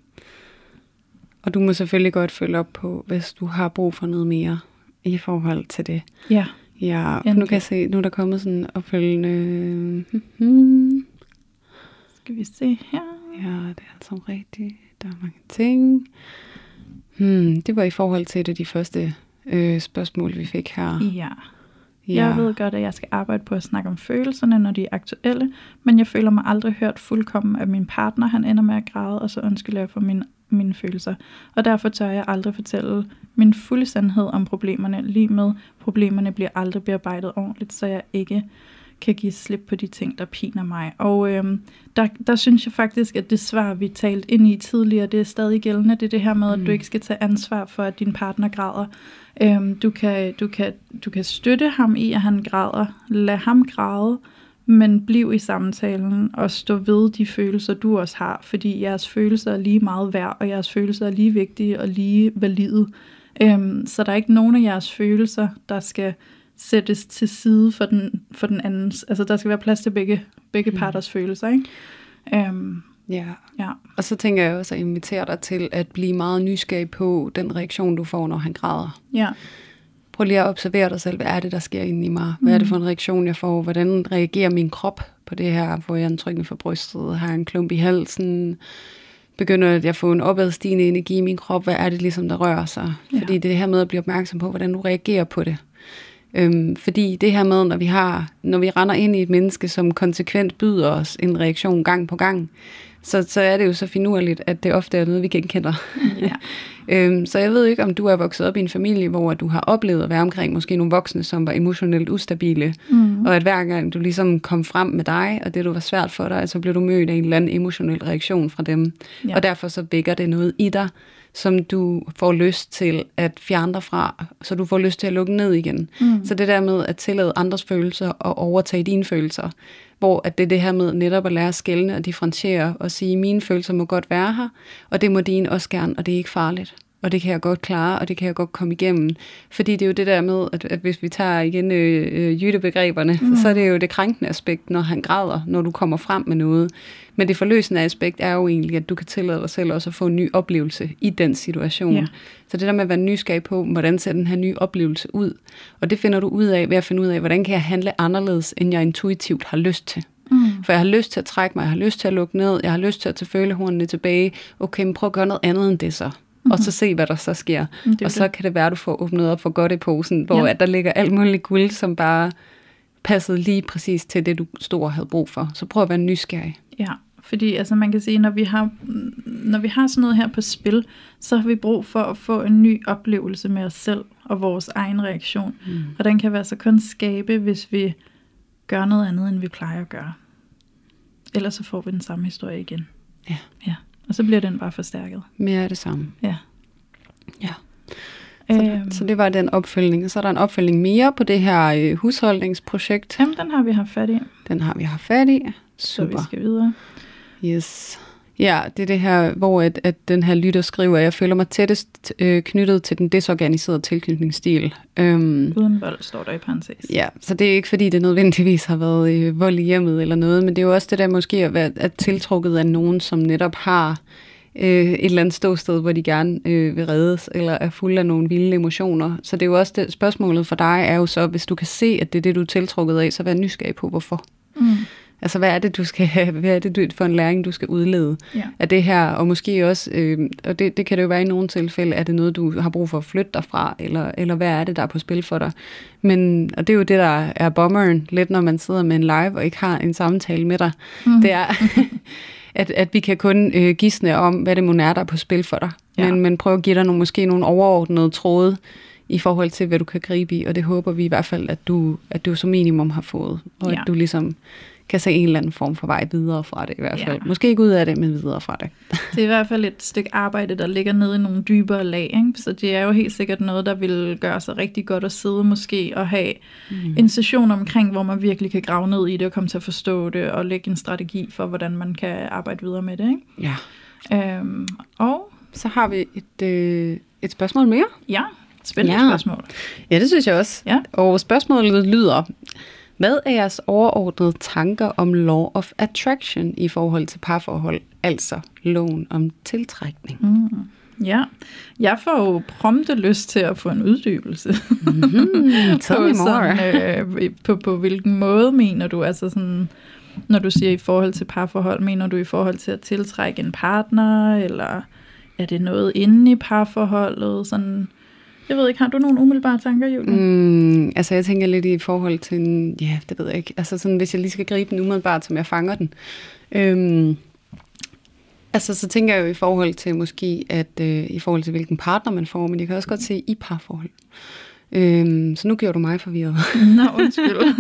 Og du må selvfølgelig godt følge op på, hvis du har brug for noget mere i forhold til det. Ja. Ja, for nu kan jeg se, nu er der kommet sådan en opfølgende... Hmm. Skal vi se her? Ja, det er altså rigtigt. Der er mange ting. Hmm, det var i forhold til et af de første øh, spørgsmål, vi fik her. Ja. Ja. Jeg ved godt, at jeg skal arbejde på at snakke om følelserne, når de er aktuelle, men jeg føler mig aldrig hørt fuldkommen af min partner. Han ender med at græde, og så undskylder jeg for min, mine følelser. Og derfor tør jeg aldrig fortælle min fulde sandhed om problemerne, lige med problemerne bliver aldrig bearbejdet ordentligt, så jeg ikke kan give slip på de ting, der piner mig. Og øhm, der, der synes jeg faktisk, at det svar, vi talte ind i tidligere, det er stadig gældende. Det er det her med, at mm. du ikke skal tage ansvar for, at din partner græder. Øhm, du, kan, du, kan, du kan støtte ham i, at han græder. Lad ham græde, men bliv i samtalen og stå ved de følelser, du også har. Fordi jeres følelser er lige meget værd, og jeres følelser er lige vigtige og lige valide. Øhm, så der er ikke nogen af jeres følelser, der skal sættes til side for den, for den andens. Altså der skal være plads til begge, begge parters mm. følelser, ikke? Øhm, ja. ja. Og så tænker jeg også at invitere dig til at blive meget nysgerrig på den reaktion, du får, når han græder. Ja. Prøv lige at observere dig selv. Hvad er det, der sker inde i mig? Hvad er det for en reaktion, jeg får? Hvordan reagerer min krop på det her, hvor jeg er en trykken for brystet, har en klump i halsen, begynder jeg at få en opadstigende energi i min krop, hvad er det ligesom, der rører sig? Ja. Fordi det er det her med at blive opmærksom på, hvordan du reagerer på det. Øhm, fordi det her med, når vi har, når vi render ind i et menneske, som konsekvent byder os en reaktion gang på gang, så, så er det jo så finurligt, at det ofte er noget, vi genkender. Ja. øhm, så jeg ved ikke, om du er vokset op i en familie, hvor du har oplevet at være omkring måske nogle voksne, som var emotionelt ustabile, mm. og at hver gang du ligesom kom frem med dig, og det du var svært for dig, så blev du mødt af en eller anden emotionel reaktion fra dem. Ja. Og derfor så vækker det noget i dig, som du får lyst til at fjerne dig fra, så du får lyst til at lukke ned igen. Mm. Så det der med at tillade andres følelser og overtage dine følelser, hvor at det er det her med netop at lære at skelne og differentiere og sige, mine følelser må godt være her, og det må dine også gerne, og det er ikke farligt. Og det kan jeg godt klare, og det kan jeg godt komme igennem. Fordi det er jo det der med, at, at hvis vi tager igen øh, øh, jyttebegreberne, mm. så er det jo det krænkende aspekt, når han græder, når du kommer frem med noget. Men det forløsende aspekt er jo egentlig, at du kan tillade dig selv også at få en ny oplevelse i den situation. Ja. Så det der med at være nysgerrig på, hvordan ser den her nye oplevelse ud? Og det finder du ud af ved at finde ud af, hvordan kan jeg handle anderledes, end jeg intuitivt har lyst til. Mm. For jeg har lyst til at trække mig, jeg har lyst til at lukke ned, jeg har lyst til at tage følehornene tilbage. Okay, men prøv at gøre noget andet end det så. Mm-hmm. Og så se, hvad der så sker. Det og så det. Kan det være, at du får åbnet op for godt i posen, hvor ja. At der ligger alt muligt guld, som bare passede lige præcis til det, du stod og havde brug for. Så prøv at være nysgerrig. Ja, fordi altså, man kan sige, når vi har, når vi har sådan noget her på spil, så har vi brug for at få en ny oplevelse med os selv og vores egen reaktion. Mm. Og den kan være så kun skabe, hvis vi gør noget andet, end vi plejer at gøre. Ellers så får vi den samme historie igen. Ja. Ja. Og så bliver den bare forstærket. Mere af det samme. Ja. Ja. Så, øhm. så det var den opfølgning. Og så er der en opfølgning mere på det her øh, husholdningsprojekt. Jamen, den har vi haft fat i. Den har vi haft fat i. Super. Så vi skal videre. Yes. Ja, det er det her, hvor at, at den her lytter skriver, at jeg føler mig tættest øh, knyttet til den desorganiserede tilknytningsstil. Øhm, Uden vold, står der i parentes. Ja, så det er ikke fordi, det nødvendigvis har været øh, vold i hjemmet eller noget, men det er jo også det der måske at være at tiltrukket af nogen, som netop har øh, et eller andet ståsted, hvor de gerne øh, vil reddes, eller er fuld af nogle vilde emotioner. Så det er jo også det, spørgsmålet for dig er jo så, hvis du kan se, at det er det, du er tiltrukket af, så vær nysgerrig på, hvorfor. Mm. Altså, hvad er det, du skal have? Hvad er det for en læring, du skal udlede ja. Af det her? Og måske også, øh, og det, det kan det jo være i nogle tilfælde, er det noget, du har brug for at flytte dig fra, eller, eller hvad er det, der er på spil for dig? Men, og det er jo det, der er bommeren, lidt når man sidder med en live og ikke har en samtale med dig. Mm. Det er, at, at vi kan kun øh, gisne om, hvad det må er, der er på spil for dig. Ja. Men, men prøv at give dig nogle, måske nogle overordnede tråde, i forhold til, hvad du kan gribe i, og det håber vi i hvert fald, at du, at du som minimum har fået, og ja. At du ligesom kan se en eller anden form for vej videre fra det i hvert fald. Ja. Måske ikke ud af det, men videre fra det. Det er i hvert fald et stykke arbejde, der ligger nede i nogle dybere lag, ikke? Så det er jo helt sikkert noget, der vil gøre sig rigtig godt at sidde måske og have mm. en session omkring, hvor man virkelig kan grave ned i det og komme til at forstå det, og lægge en strategi for, hvordan man kan arbejde videre med det, ikke? Ja. Øhm, og så har vi et, øh, et spørgsmål mere. Ja, spændende ja. Spørgsmål. Ja, det synes jeg også. Ja. Og spørgsmålet lyder: hvad er jeres overordnede tanker om Law of Attraction i forhold til parforhold, altså loven om tiltrækning? Mm. Ja, jeg får jo prompte lyst til at få en uddybelse. Mm-hmm. Tell me more. Sådan, øh, på, på hvilken måde mener du, altså sådan, når du siger i forhold til parforhold, mener du i forhold til at tiltrække en partner, eller er det noget inde i parforholdet, sådan... Jeg ved ikke, har du nogle umiddelbare tanker, Julie? Mm, altså jeg tænker lidt i forhold til, en, ja, det ved jeg ikke, altså sådan, hvis jeg lige skal gribe den umiddelbart, som jeg fanger den. Øhm, altså så tænker jeg jo i forhold til måske, at øh, i forhold til hvilken partner man får, men jeg kan også godt se i parforhold. Øhm, så nu gjorde du mig forvirret. Nå, undskyld.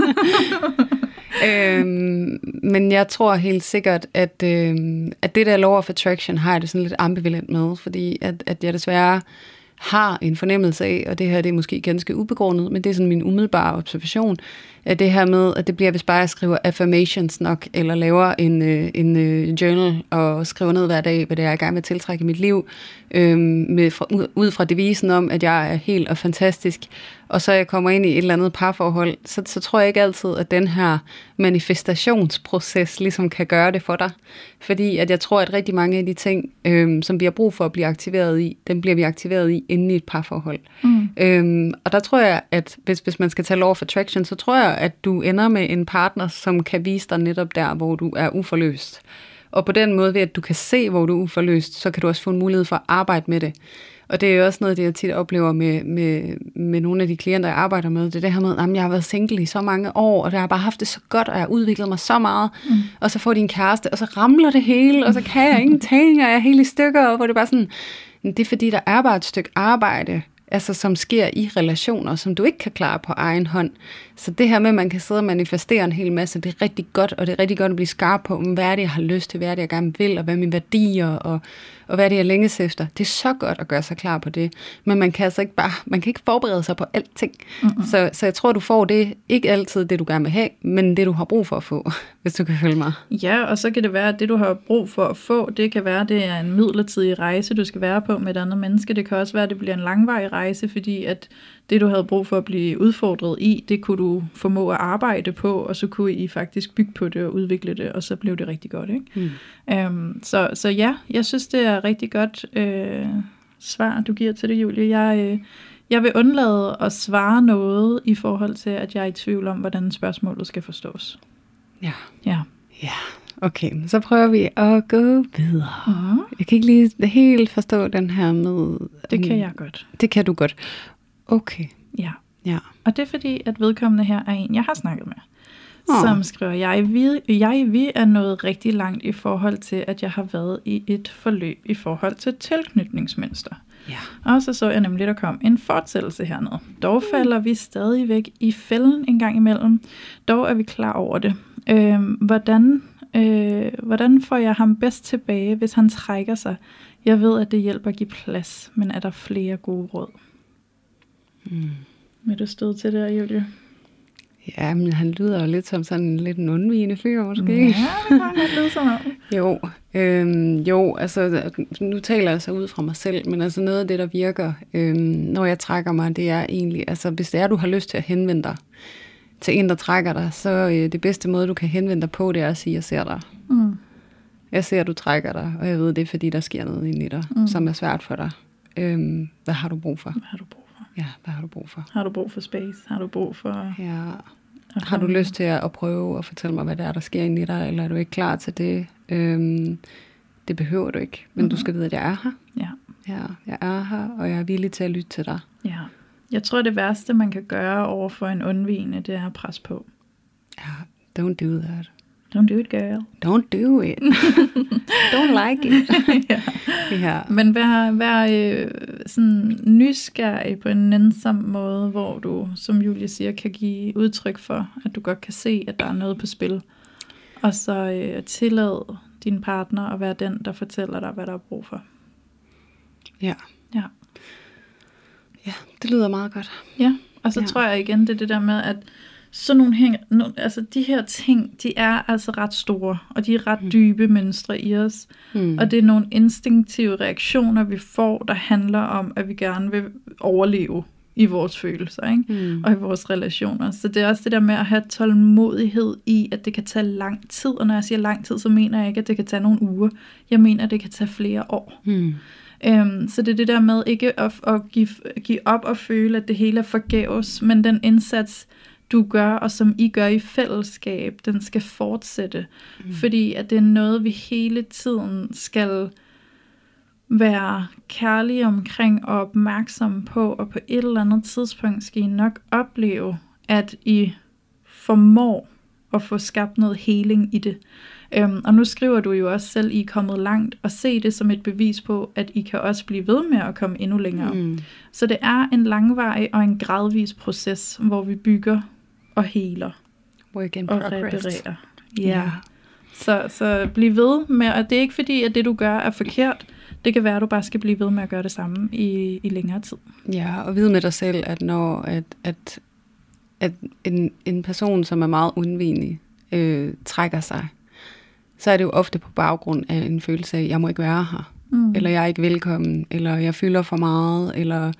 øhm, men jeg tror helt sikkert, at, øh, at det der Law of Attraction har jeg det sådan lidt ambivalent med, fordi at, at jeg desværre har en fornemmelse af, og det her det er måske ganske ubegrundet, men det er sådan min umiddelbare observation, at det her med, at det bliver, hvis bare jeg skriver affirmations nok, eller laver en, en journal, og skriver ned hver dag, hvad det er, jeg er i gang med at tiltrække i mit liv, øhm, med, fra, ud fra devisen om, at jeg er helt og fantastisk, og så jeg kommer ind i et eller andet parforhold, så, så tror jeg ikke altid, at den her manifestationsproces ligesom kan gøre det for dig. Fordi at jeg tror, at rigtig mange af de ting, øhm, som vi har brug for at blive aktiveret i, dem bliver vi aktiveret i inden i et parforhold. Mm. Øhm, og der tror jeg, at hvis, hvis man skal tage law of attraction, så tror jeg, at du ender med en partner, som kan vise dig netop der, hvor du er uforløst. Og på den måde, ved at du kan se, hvor du er uforløst, så kan du også få en mulighed for at arbejde med det. Og det er jo også noget, det jeg tit oplever med, med, med nogle af de klienter, jeg arbejder med. Det er det her med, at jeg har været single i så mange år, og jeg har bare haft det så godt, og jeg har udviklet mig så meget. Mm. Og så får de en kæreste, og så ramler det hele, og så kan jeg ingenting, og jeg er helt i stykker. Og hvor det er bare sådan, det er fordi, der er bare et stykke arbejde, altså som sker i relationer, som du ikke kan klare på egen hånd. Så det her med, at man kan sidde og manifestere en hel masse, det er rigtig godt, og det er rigtig godt at blive skarp på, hvad er det, jeg har lyst til, hvad er det, jeg gerne vil, og hvad er mine værdier, og, og hvad er det, jeg længes efter. Det er så godt at gøre sig klar på det, men man kan altså ikke bare, man kan ikke forberede sig på alting. Mm-hmm. Så, så jeg tror, du får det, ikke altid det, du gerne vil have, men det, du har brug for at få, hvis du kan følge mig. Ja, og så kan det være, at det, du har brug for at få, det kan være, at det er en midlertidig rejse, du skal være på med et andet menneske. Det kan også være, at det bliver en langvarig rejse, fordi at det, du havde brug for at blive udfordret i, det kunne du formå at arbejde på, og så kunne I faktisk bygge på det og udvikle det, og så blev det rigtig godt, ikke? Mm. Øhm, så, så ja, jeg synes, det er rigtig godt øh, svar, du giver til det, Julie. Jeg, øh, jeg vil undlade at svare noget i forhold til, at jeg er i tvivl om, hvordan spørgsmålet skal forstås. Ja. Ja. Ja. Okay, så prøver vi at gå videre. Mm. Jeg kan ikke lige helt forstå den her med... Det kan jeg godt. Det kan du godt. Okay. Ja. Ja. Og det er fordi, at vedkommende her er en, jeg har snakket med, oh. som skriver, jeg vi, jeg vi er nået rigtig langt i forhold til, at jeg har været i et forløb i forhold til tilknytningsmønster. Ja. Og så så jeg nemlig, der kom en fortsættelse hernede. Dog falder vi stadigvæk i fælden en gang imellem. Dog er vi klar over det. Øh, hvordan, øh, hvordan får jeg ham bedst tilbage, hvis han trækker sig? Jeg ved, at det hjælper at give plads, men er der flere gode råd? Mm. Vil du støde til det, Julie? Ja, men han lyder jo lidt som sådan en lidt en undvigende fyr, måske. Ja, det kan han lyde som om. Jo, øhm, jo, altså nu taler jeg så ud fra mig selv, men altså noget af det, der virker, øhm, når jeg trækker mig, det er egentlig, altså hvis det er, du har lyst til at henvende dig til en, der trækker dig, så øh, det bedste måde, du kan henvende dig på, det er at sige, jeg ser dig. Mm. Jeg ser, at du trækker dig, og jeg ved, det er, fordi der sker noget inde i dig, mm. som er svært for dig. Øhm, hvad har du brug for? Hvad har du brug for? Ja, hvad har du brug for? Har du brug for space? Har du brug for... Ja. Har du lyst til at prøve at fortælle mig, hvad det er, der sker inde i dig, eller er du ikke klar til det? Øhm, det behøver du ikke, men mm-hmm. du skal vide, at jeg er her. Ja. Ja, jeg er her, og jeg er villig til at lytte til dig. Ja. Jeg tror, det værste, man kan gøre over for en undvigende, det er at presse på. Ja, don't do that. Don't do it, girl. Don't do it. Don't like it. ja. Ja. Men vær, vær øh, sådan nysgerrig på en nænsom måde, hvor du, som Julie siger, kan give udtryk for, at du godt kan se, at der er noget på spil. Og så øh, tillad din partner at være den, der fortæller dig, hvad der er brug for. Ja. Ja. Ja, det lyder meget godt. Ja, og så ja. tror jeg igen, det er det der med, at sådan nogle hæng, no, altså de her ting, de er altså ret store, og de er ret mm. dybe mønstre i os. Mm. Og det er nogle instinktive reaktioner, vi får, der handler om, at vi gerne vil overleve i vores følelser, ikke? Mm. Og i vores relationer. Så det er også det der med at have tålmodighed i, at det kan tage lang tid. Og når jeg siger lang tid, så mener jeg ikke, at det kan tage nogle uger. Jeg mener, at det kan tage flere år. Mm. Um, så det er det der med ikke at, at give, give op og føle, at det hele er forgæves, men den indsats, du gør, og som I gør i fællesskab, den skal fortsætte. Mm. Fordi at det er noget, vi hele tiden skal være kærlige omkring og opmærksomme på, og på et eller andet tidspunkt skal I nok opleve, at I formår at få skabt noget heling i det. Um, og nu skriver du jo også selv, at I er kommet langt, og se det som et bevis på, at I kan også blive ved med at komme endnu længere. Mm. Så det er en langvarig og en gradvis proces, hvor vi bygger og heler Work in og progress. reparerer. Ja. Yeah. Så, så bliv ved med, og det er ikke fordi, at det du gør er forkert. Det kan være, at du bare skal blive ved med at gøre det samme i, i længere tid. Ja, og vide med dig selv, at når at, at, at en, en person, som er meget undvigende, øh, trækker sig, så er det jo ofte på baggrund af en følelse af, at jeg må ikke være her, mm. eller jeg er ikke velkommen, eller jeg fylder for meget, eller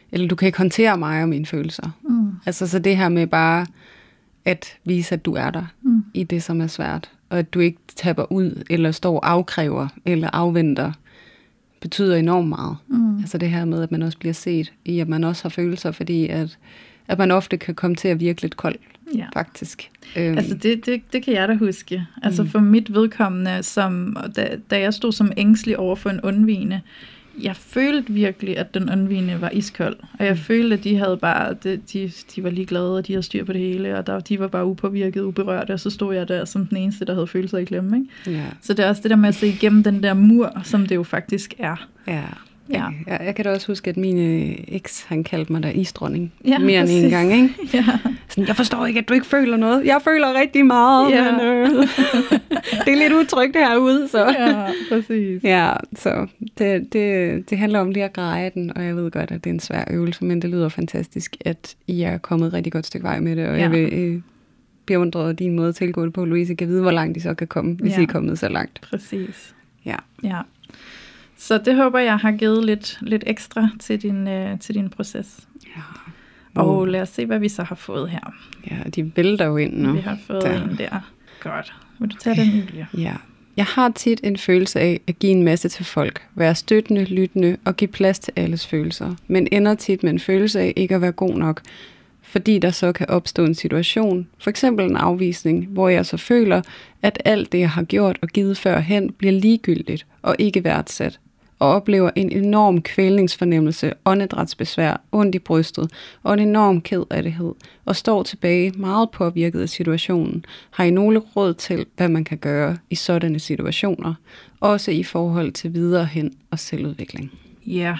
eller du kan ikke håndtere mig og mine følelser. Mm. Altså så det her med bare at vise, at du er der Mm. i det, som er svært, og at du ikke tapper ud, eller står og afkræver, eller afventer, betyder enormt meget. Mm. Altså det her med, at man også bliver set i, at man også har følelser, fordi at, at man ofte kan komme til at virke lidt kold, Ja. faktisk. Øhm. Altså det, det, det kan jeg da huske. Altså Mm. for mit vedkommende, som, da, da jeg stod som ængstelig over for en undvigende, jeg følte virkelig, at den undvigende var iskold. Og jeg Mm. følte, at de havde bare, de, de, de var ligeglade, og de havde styr på det hele, og der, de var bare upåvirket, uberørte, og så stod jeg der som den eneste, der havde følelser i klemme. Ikke? Ja. Så det er også det der med at se igennem den der mur, som det jo faktisk er. Ja. Ja. Jeg, jeg kan da også huske, at min øh, eks, han kaldte mig der isdronning. Ja, mere end en præcis. gang, ikke? Ja. Sådan, jeg forstår ikke, at du ikke føler noget. Jeg føler rigtig meget, Ja. men øh, det er lidt utrygt herude, så... Ja, præcis. Ja, så det, det, det handler om lige at greje den, og jeg ved godt, at det er en svær øvelse, men det lyder fantastisk, at I er kommet et rigtig godt stykke vej med det, og Ja. jeg vil øh, beundre din måde at tilgå det på, Louise. Jeg kan vide, hvor langt I så kan komme, hvis Ja. I er kommet så langt. Præcis. Ja. Ja. Så det håber jeg har givet lidt, lidt ekstra til din, øh, til din proces. Ja. Og lad os se, hvad vi så har fået her. Ja, de vælter jo ind nu. Vi har fået Der. en der. Godt. Vil du tage den, Julie? Ja. Jeg har tit en følelse af at give en masse til folk, være støttende, lyttende og give plads til alles følelser, men ender tit med en følelse af ikke at være god nok, fordi der så kan opstå en situation, for eksempel en afvisning, hvor jeg så føler, at alt det, jeg har gjort og givet førhen, bliver ligegyldigt og ikke værdsat, og oplever en enorm kvælningsfornemmelse, åndedrætsbesvær, ondt i brystet og en enorm kedattighed, og står tilbage meget påvirket af situationen. Har I nogle råd til, hvad man kan gøre i sådanne situationer, også i forhold til videre hen og selvudvikling? Ja.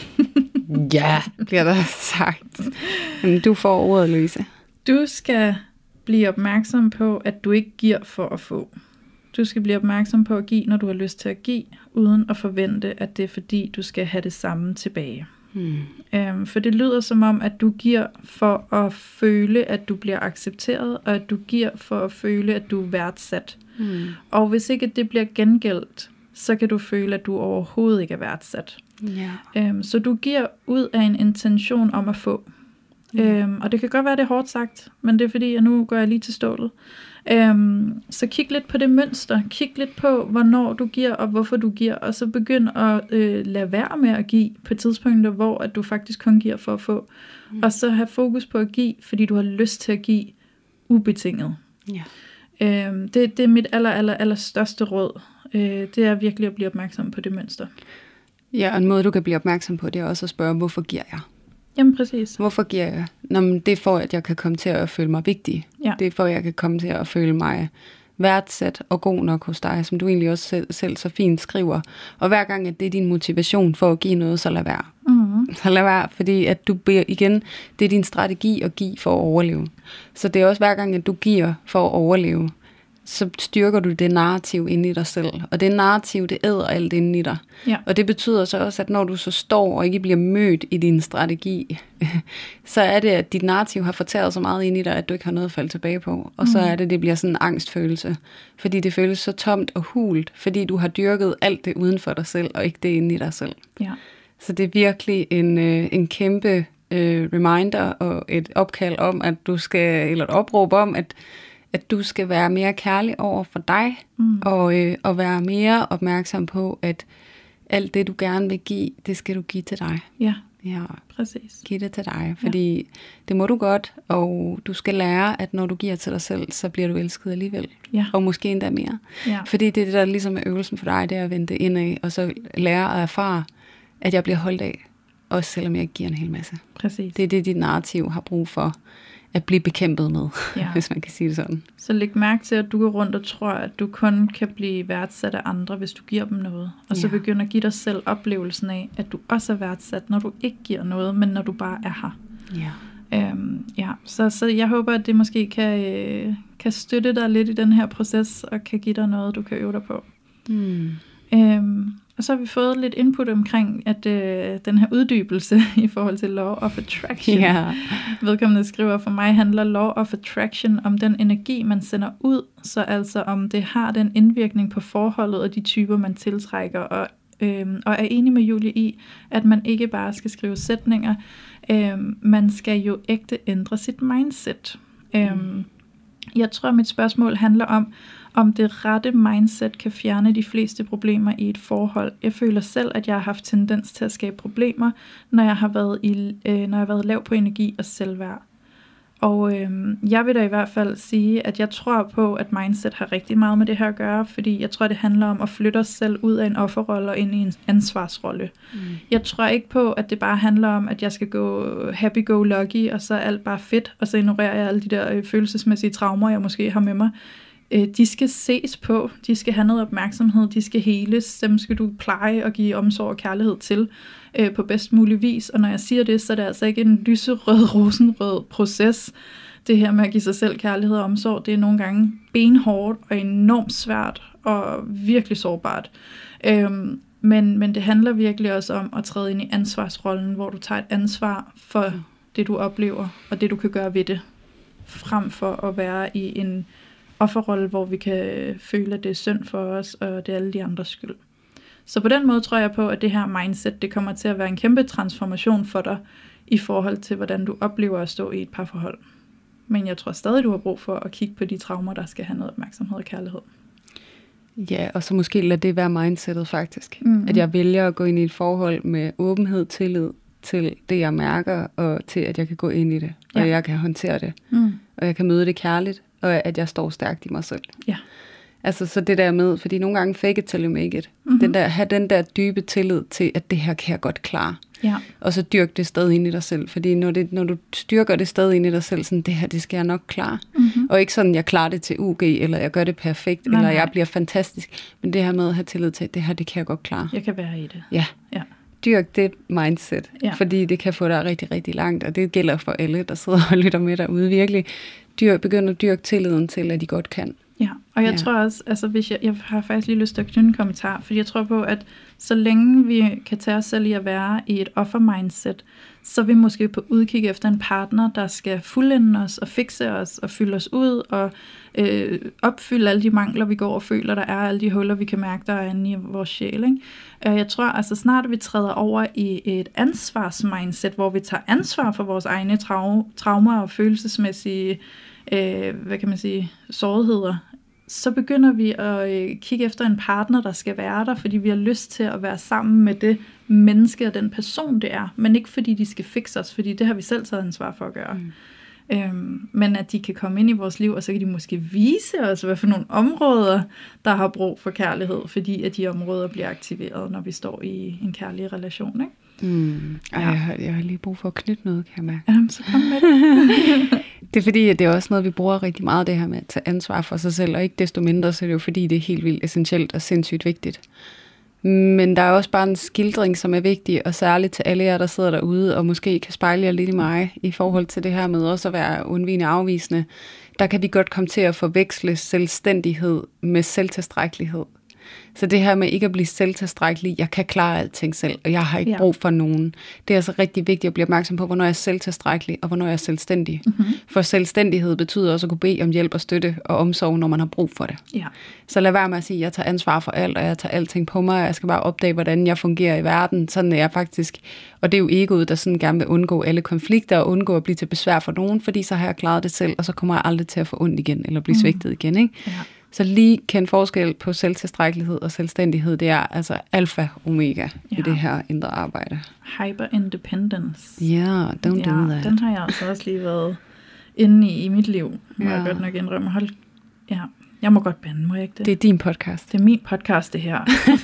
Ja, bliver der sagt. Jamen, du får ordet, Louise. Du skal blive opmærksom på, at du ikke giver for at få. Du skal blive opmærksom på at give, når du har lyst til at give, uden at forvente, at det er fordi, du skal have det samme tilbage. Hmm. Øhm, for det lyder som om, at du giver for at føle, at du bliver accepteret, og at du giver for at føle, at du er værdsat. Hmm. Og hvis ikke det bliver gengældt, så kan du føle, at du overhovedet ikke er værdsat. Ja. Øhm, så du giver ud af en intention om at få. Mm. Øhm, og det kan godt være, det er hårdt sagt, men det er fordi, at nu går jeg lige til stålet. Øhm, så kig lidt på det mønster. Kig lidt på, hvornår du giver, og hvorfor du giver. Og så begynd at øh, lade være med at give på tidspunkter, hvor at du faktisk kun giver for at få. Mm. Og så have fokus på at give, fordi du har lyst til at give ubetinget. Ja. Øhm, det, det er mit aller, aller, aller største råd. Øh, det er virkelig at blive opmærksom på det mønster. Ja, og en måde, du kan blive opmærksom på, det er også at spørge, hvorfor giver jeg? Jamen præcis. Hvorfor giver jeg? Nå, men det er for, at jeg kan komme til at føle mig vigtig. Ja. Det er for, at jeg kan komme til at føle mig værdsat og god nok hos dig, som du egentlig også selv, selv så fint skriver. Og hver gang, at det er din motivation for at give noget, så lad være. Mm-hmm. Så lad være, fordi at du bliver igen, det er din strategi at give for at overleve. Så det er også hver gang, at du giver for at overleve, så styrker du det narrativ inde i dig selv. Og det narrativ, det æder alt inde i dig. Ja. Og det betyder så også, at når du så står og ikke bliver mødt i din strategi, så er det, at dit narrativ har fortæret så meget ind i dig, at du ikke har noget at falde tilbage på. Og så er det, det bliver sådan en angstfølelse. Fordi det føles så tomt og hult, fordi du har dyrket alt det uden for dig selv, og ikke det inde i dig selv. Ja. Så det er virkelig en, øh, en kæmpe øh, reminder og et opkald om, at du skal, eller et opråb om, at at du skal være mere kærlig over for dig, mm. og, øh, og være mere opmærksom på, at alt det, du gerne vil give, det skal du give til dig. Ja, Ja, præcis. giv det til dig, fordi ja. det må du godt, og du skal lære, at når du giver til dig selv, så bliver du elsket alligevel. Ja. Og måske endda mere. Ja. Fordi det er det, der ligesom er øvelsen for dig, det er at vende det indad, og så lære at erfare, at jeg bliver holdt af, også selvom jeg ikke giver en hel masse. Præcis. Det er det, dit narrativ har brug for at blive bekæmpet med, Ja. hvis man kan sige det sådan. Så læg mærke til, at du går rundt og tror, at du kun kan blive værdsat af andre, hvis du giver dem noget. Og så Ja. begynder at give dig selv oplevelsen af, at du også er værdsat, når du ikke giver noget, men når du bare er her. Ja. Øhm, ja. så, så jeg håber, at det måske kan, øh, kan støtte dig lidt i den her proces, og kan give dig noget, du kan øve dig på. Hmm. Øhm, og så har vi fået lidt input omkring, at øh, den her uddybelse i forhold til Law of Attraction. Ja. Vedkommende skriver, for mig handler Law of Attraction om den energi, man sender ud, så altså om det har den indvirkning på forholdet og de typer, man tiltrækker, og øhm, og er enig med Julie i, at man ikke bare skal skrive sætninger, øhm, man skal jo ægte ændre sit mindset. Mm. Øhm, jeg tror, mit spørgsmål handler om, om det rette mindset kan fjerne de fleste problemer i et forhold. Jeg føler selv, at jeg har haft tendens til at skabe problemer, når jeg har været, i, øh, når jeg har været lav på energi og selvværd. Og øh, jeg vil da i hvert fald sige, at jeg tror på, at mindset har rigtig meget med det her at gøre, fordi jeg tror, det handler om at flytte os selv ud af en offerrolle og ind i en ansvarsrolle. Mm. Jeg tror ikke på, at det bare handler om, at jeg skal gå happy-go-lucky, og så er alt bare fedt, og så ignorerer jeg alle de der øh, følelsesmæssige traumer, jeg måske har med mig. Øh, de skal ses på, de skal have noget opmærksomhed, de skal heles, dem skal du pleje og give omsorg og kærlighed til øh, på bedst mulig vis. Og når jeg siger det, så er det altså ikke en lyserød, rosenrød proces. Det her med at give sig selv kærlighed og omsorg, det er nogle gange benhårdt og enormt svært og virkelig sårbart. Øhm, men, men det handler virkelig også om at træde ind i ansvarsrollen, hvor du tager et ansvar for mm. det, du oplever, og det, du kan gøre ved det, frem for at være i en offerrolle, hvor vi kan føle, at det er synd for os, og det er alle de andres skyld. Så på den måde tror jeg på, at det her mindset, det kommer til at være en kæmpe transformation for dig, i forhold til, hvordan du oplever at stå i et parforhold. Men jeg tror stadig, du har brug for at kigge på de traumer, der skal have noget opmærksomhed og kærlighed. Ja, og så måske lade det være mindsetet faktisk. Mm-hmm. At jeg vælger at gå ind i et forhold med åbenhed, tillid til det, jeg mærker, og til, at jeg kan gå ind i det, og ja. jeg kan håndtere det, mm. og jeg kan møde det kærligt, og at jeg står stærkt i mig selv. Ja. Altså så det der med, fordi nogle gange fake it till you make it. Mm-hmm. Den der, have den der dybe tillid til, at det her kan jeg godt klare. Ja. Og så dyrk det stadig ind i dig selv. Fordi når, det, når du styrker det stadig ind i dig selv, sådan det her, det skal jeg nok klare. Mm-hmm. Og ikke sådan, jeg klarer det til U G, eller jeg gør det perfekt, nej, eller nej. jeg bliver fantastisk. Men det her med at have tillid til, at det her, det kan jeg godt klare. Jeg kan være i det. Ja. Ja. Dyrk det mindset, ja. fordi det kan få dig rigtig, rigtig langt, og det gælder for alle, der sidder og lytter med derude. Virkelig dyrk, begynd at dyrke tilliden til, at de godt kan. Ja, og jeg ja. tror også, altså hvis jeg, jeg har faktisk lige lyst til at knytte en kommentar, fordi jeg tror på, at så længe vi kan tage os selv i at være i et offer-mindset, så er vi måske på udkig efter en partner, der skal fuldende os og fikse os og fylde os ud og øh, opfylde alle de mangler, vi går og føler, der er, alle de huller, vi kan mærke, der er inde i vores sjæl. Ikke? Jeg tror, altså snart vi træder over i et ansvarsmindset, hvor vi tager ansvar for vores egne trau- traumer og følelsesmæssige øh, hvad kan man sige, sårigheder, så begynder vi at øh, kigge efter en partner, der skal være der, fordi vi har lyst til at være sammen med det menneske og den person, det er, men ikke fordi de skal fikse os, fordi det har vi selv taget ansvar for at gøre. Mm. Øhm, men at de kan komme ind i vores liv, og så kan de måske vise os, hvad for nogle områder, der har brug for kærlighed, fordi at de områder bliver aktiveret, når vi står i en kærlig relation, ikke? Mm. Ej, ja. jeg, har, jeg har lige brug for at knytte noget, kan jeg mærke. Jamen, så kom med det. Det er fordi, at det er også noget, vi bruger rigtig meget, det her med at tage ansvar for sig selv, og ikke desto mindre, så er det jo fordi, det er helt vildt essentielt og sindssygt vigtigt. Men der er også bare en skildring, som er vigtig, og særligt til alle jer, der sidder derude, og måske kan spejle jer lidt i mig, i forhold til det her med også at være undvigende afvisende. Der kan vi godt komme til at forveksle selvstændighed med selvtilstrækkelighed. Så det her med ikke at blive selvtilstrækkelig, jeg kan klare alting selv, og jeg har ikke ja. brug for nogen. Det er altså rigtig vigtigt at blive opmærksom på, hvornår jeg er selvtilstrækkelig, og hvornår jeg er selvstændig. Mm-hmm. For selvstændighed betyder også at kunne bede om hjælp og støtte og omsorg, når man har brug for det. Ja. Så lad være med at sige, at jeg tager ansvar for alt, og jeg tager alting på mig, og jeg skal bare opdage, hvordan jeg fungerer i verden. Sådan er jeg faktisk, og det er jo egoet, der sådan gerne vil undgå alle konflikter, og undgå at blive til besvær for nogen, fordi så har jeg klaret det selv, og så kommer jeg aldrig til at få ondt igen, eller blive mm. svigtet igen, ikke? Ja. Så lige kend forskel på selvtilstrækkelighed og selvstændighed, det er altså alfa omega ja. i det her indre arbejde. Hyper independence. Ja, yeah, don't ja, do that. Den har jeg altså også lige været inde i i mit liv, må ja. jeg godt nok indrømme. Hold, ja, jeg må godt bande, må jeg ikke det? Det er din podcast. Det er min podcast, det her.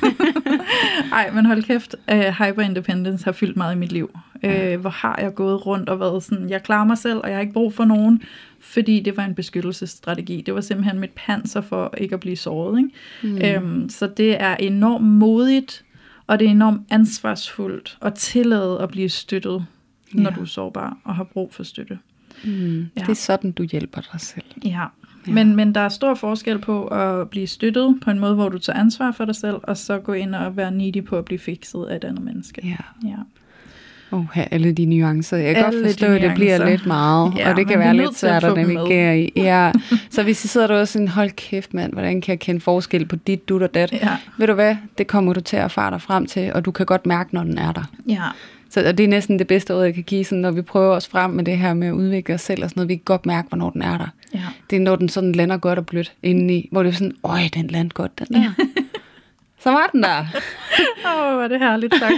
Ej, men hold kæft, uh, hyper independence har fyldt meget i mit liv. Ja. Uh, hvor har jeg gået rundt og været sådan, jeg klarer mig selv, og jeg har ikke brug for nogen, fordi det var en beskyttelsesstrategi. Det var simpelthen mit panser for ikke at blive såret. Ikke? Mm. Um, så det er enormt modigt, og det er enormt ansvarsfuldt at tillade at blive støttet, ja. når du er sårbar og har brug for støtte. Mm. Ja. Det er sådan, du hjælper dig selv. Ja. Ja. Men, men der er stor forskel på at blive støttet på en måde, hvor du tager ansvar for dig selv, og så gå ind og være needy på at blive fikset af et andet menneske. Ja. Ja. Oh, alle de nuancer. Jeg kan alle godt forstå, at det bliver lidt meget, ja, og det kan være lidt svært at navigere i. Ja. Så hvis I sidder der også sådan, hold kæft mand, hvordan kan jeg kende forskel på dit, dut og dat? Ja. Ved du hvad, det kommer du til at erfare dig frem til, og du kan godt mærke, når den er der. Ja. Så det er næsten det bedste råd, jeg kan give, sådan, når vi prøver os frem med det her med at udvikle os selv og sådan noget. Vi kan godt mærke, hvornår den er der. Ja. Det er, når den sådan lander godt og blødt indeni, hvor det er sådan, øj, den lander godt, den der. Ja. Så var den der. Åh, oh, hvor er det herligt sagt.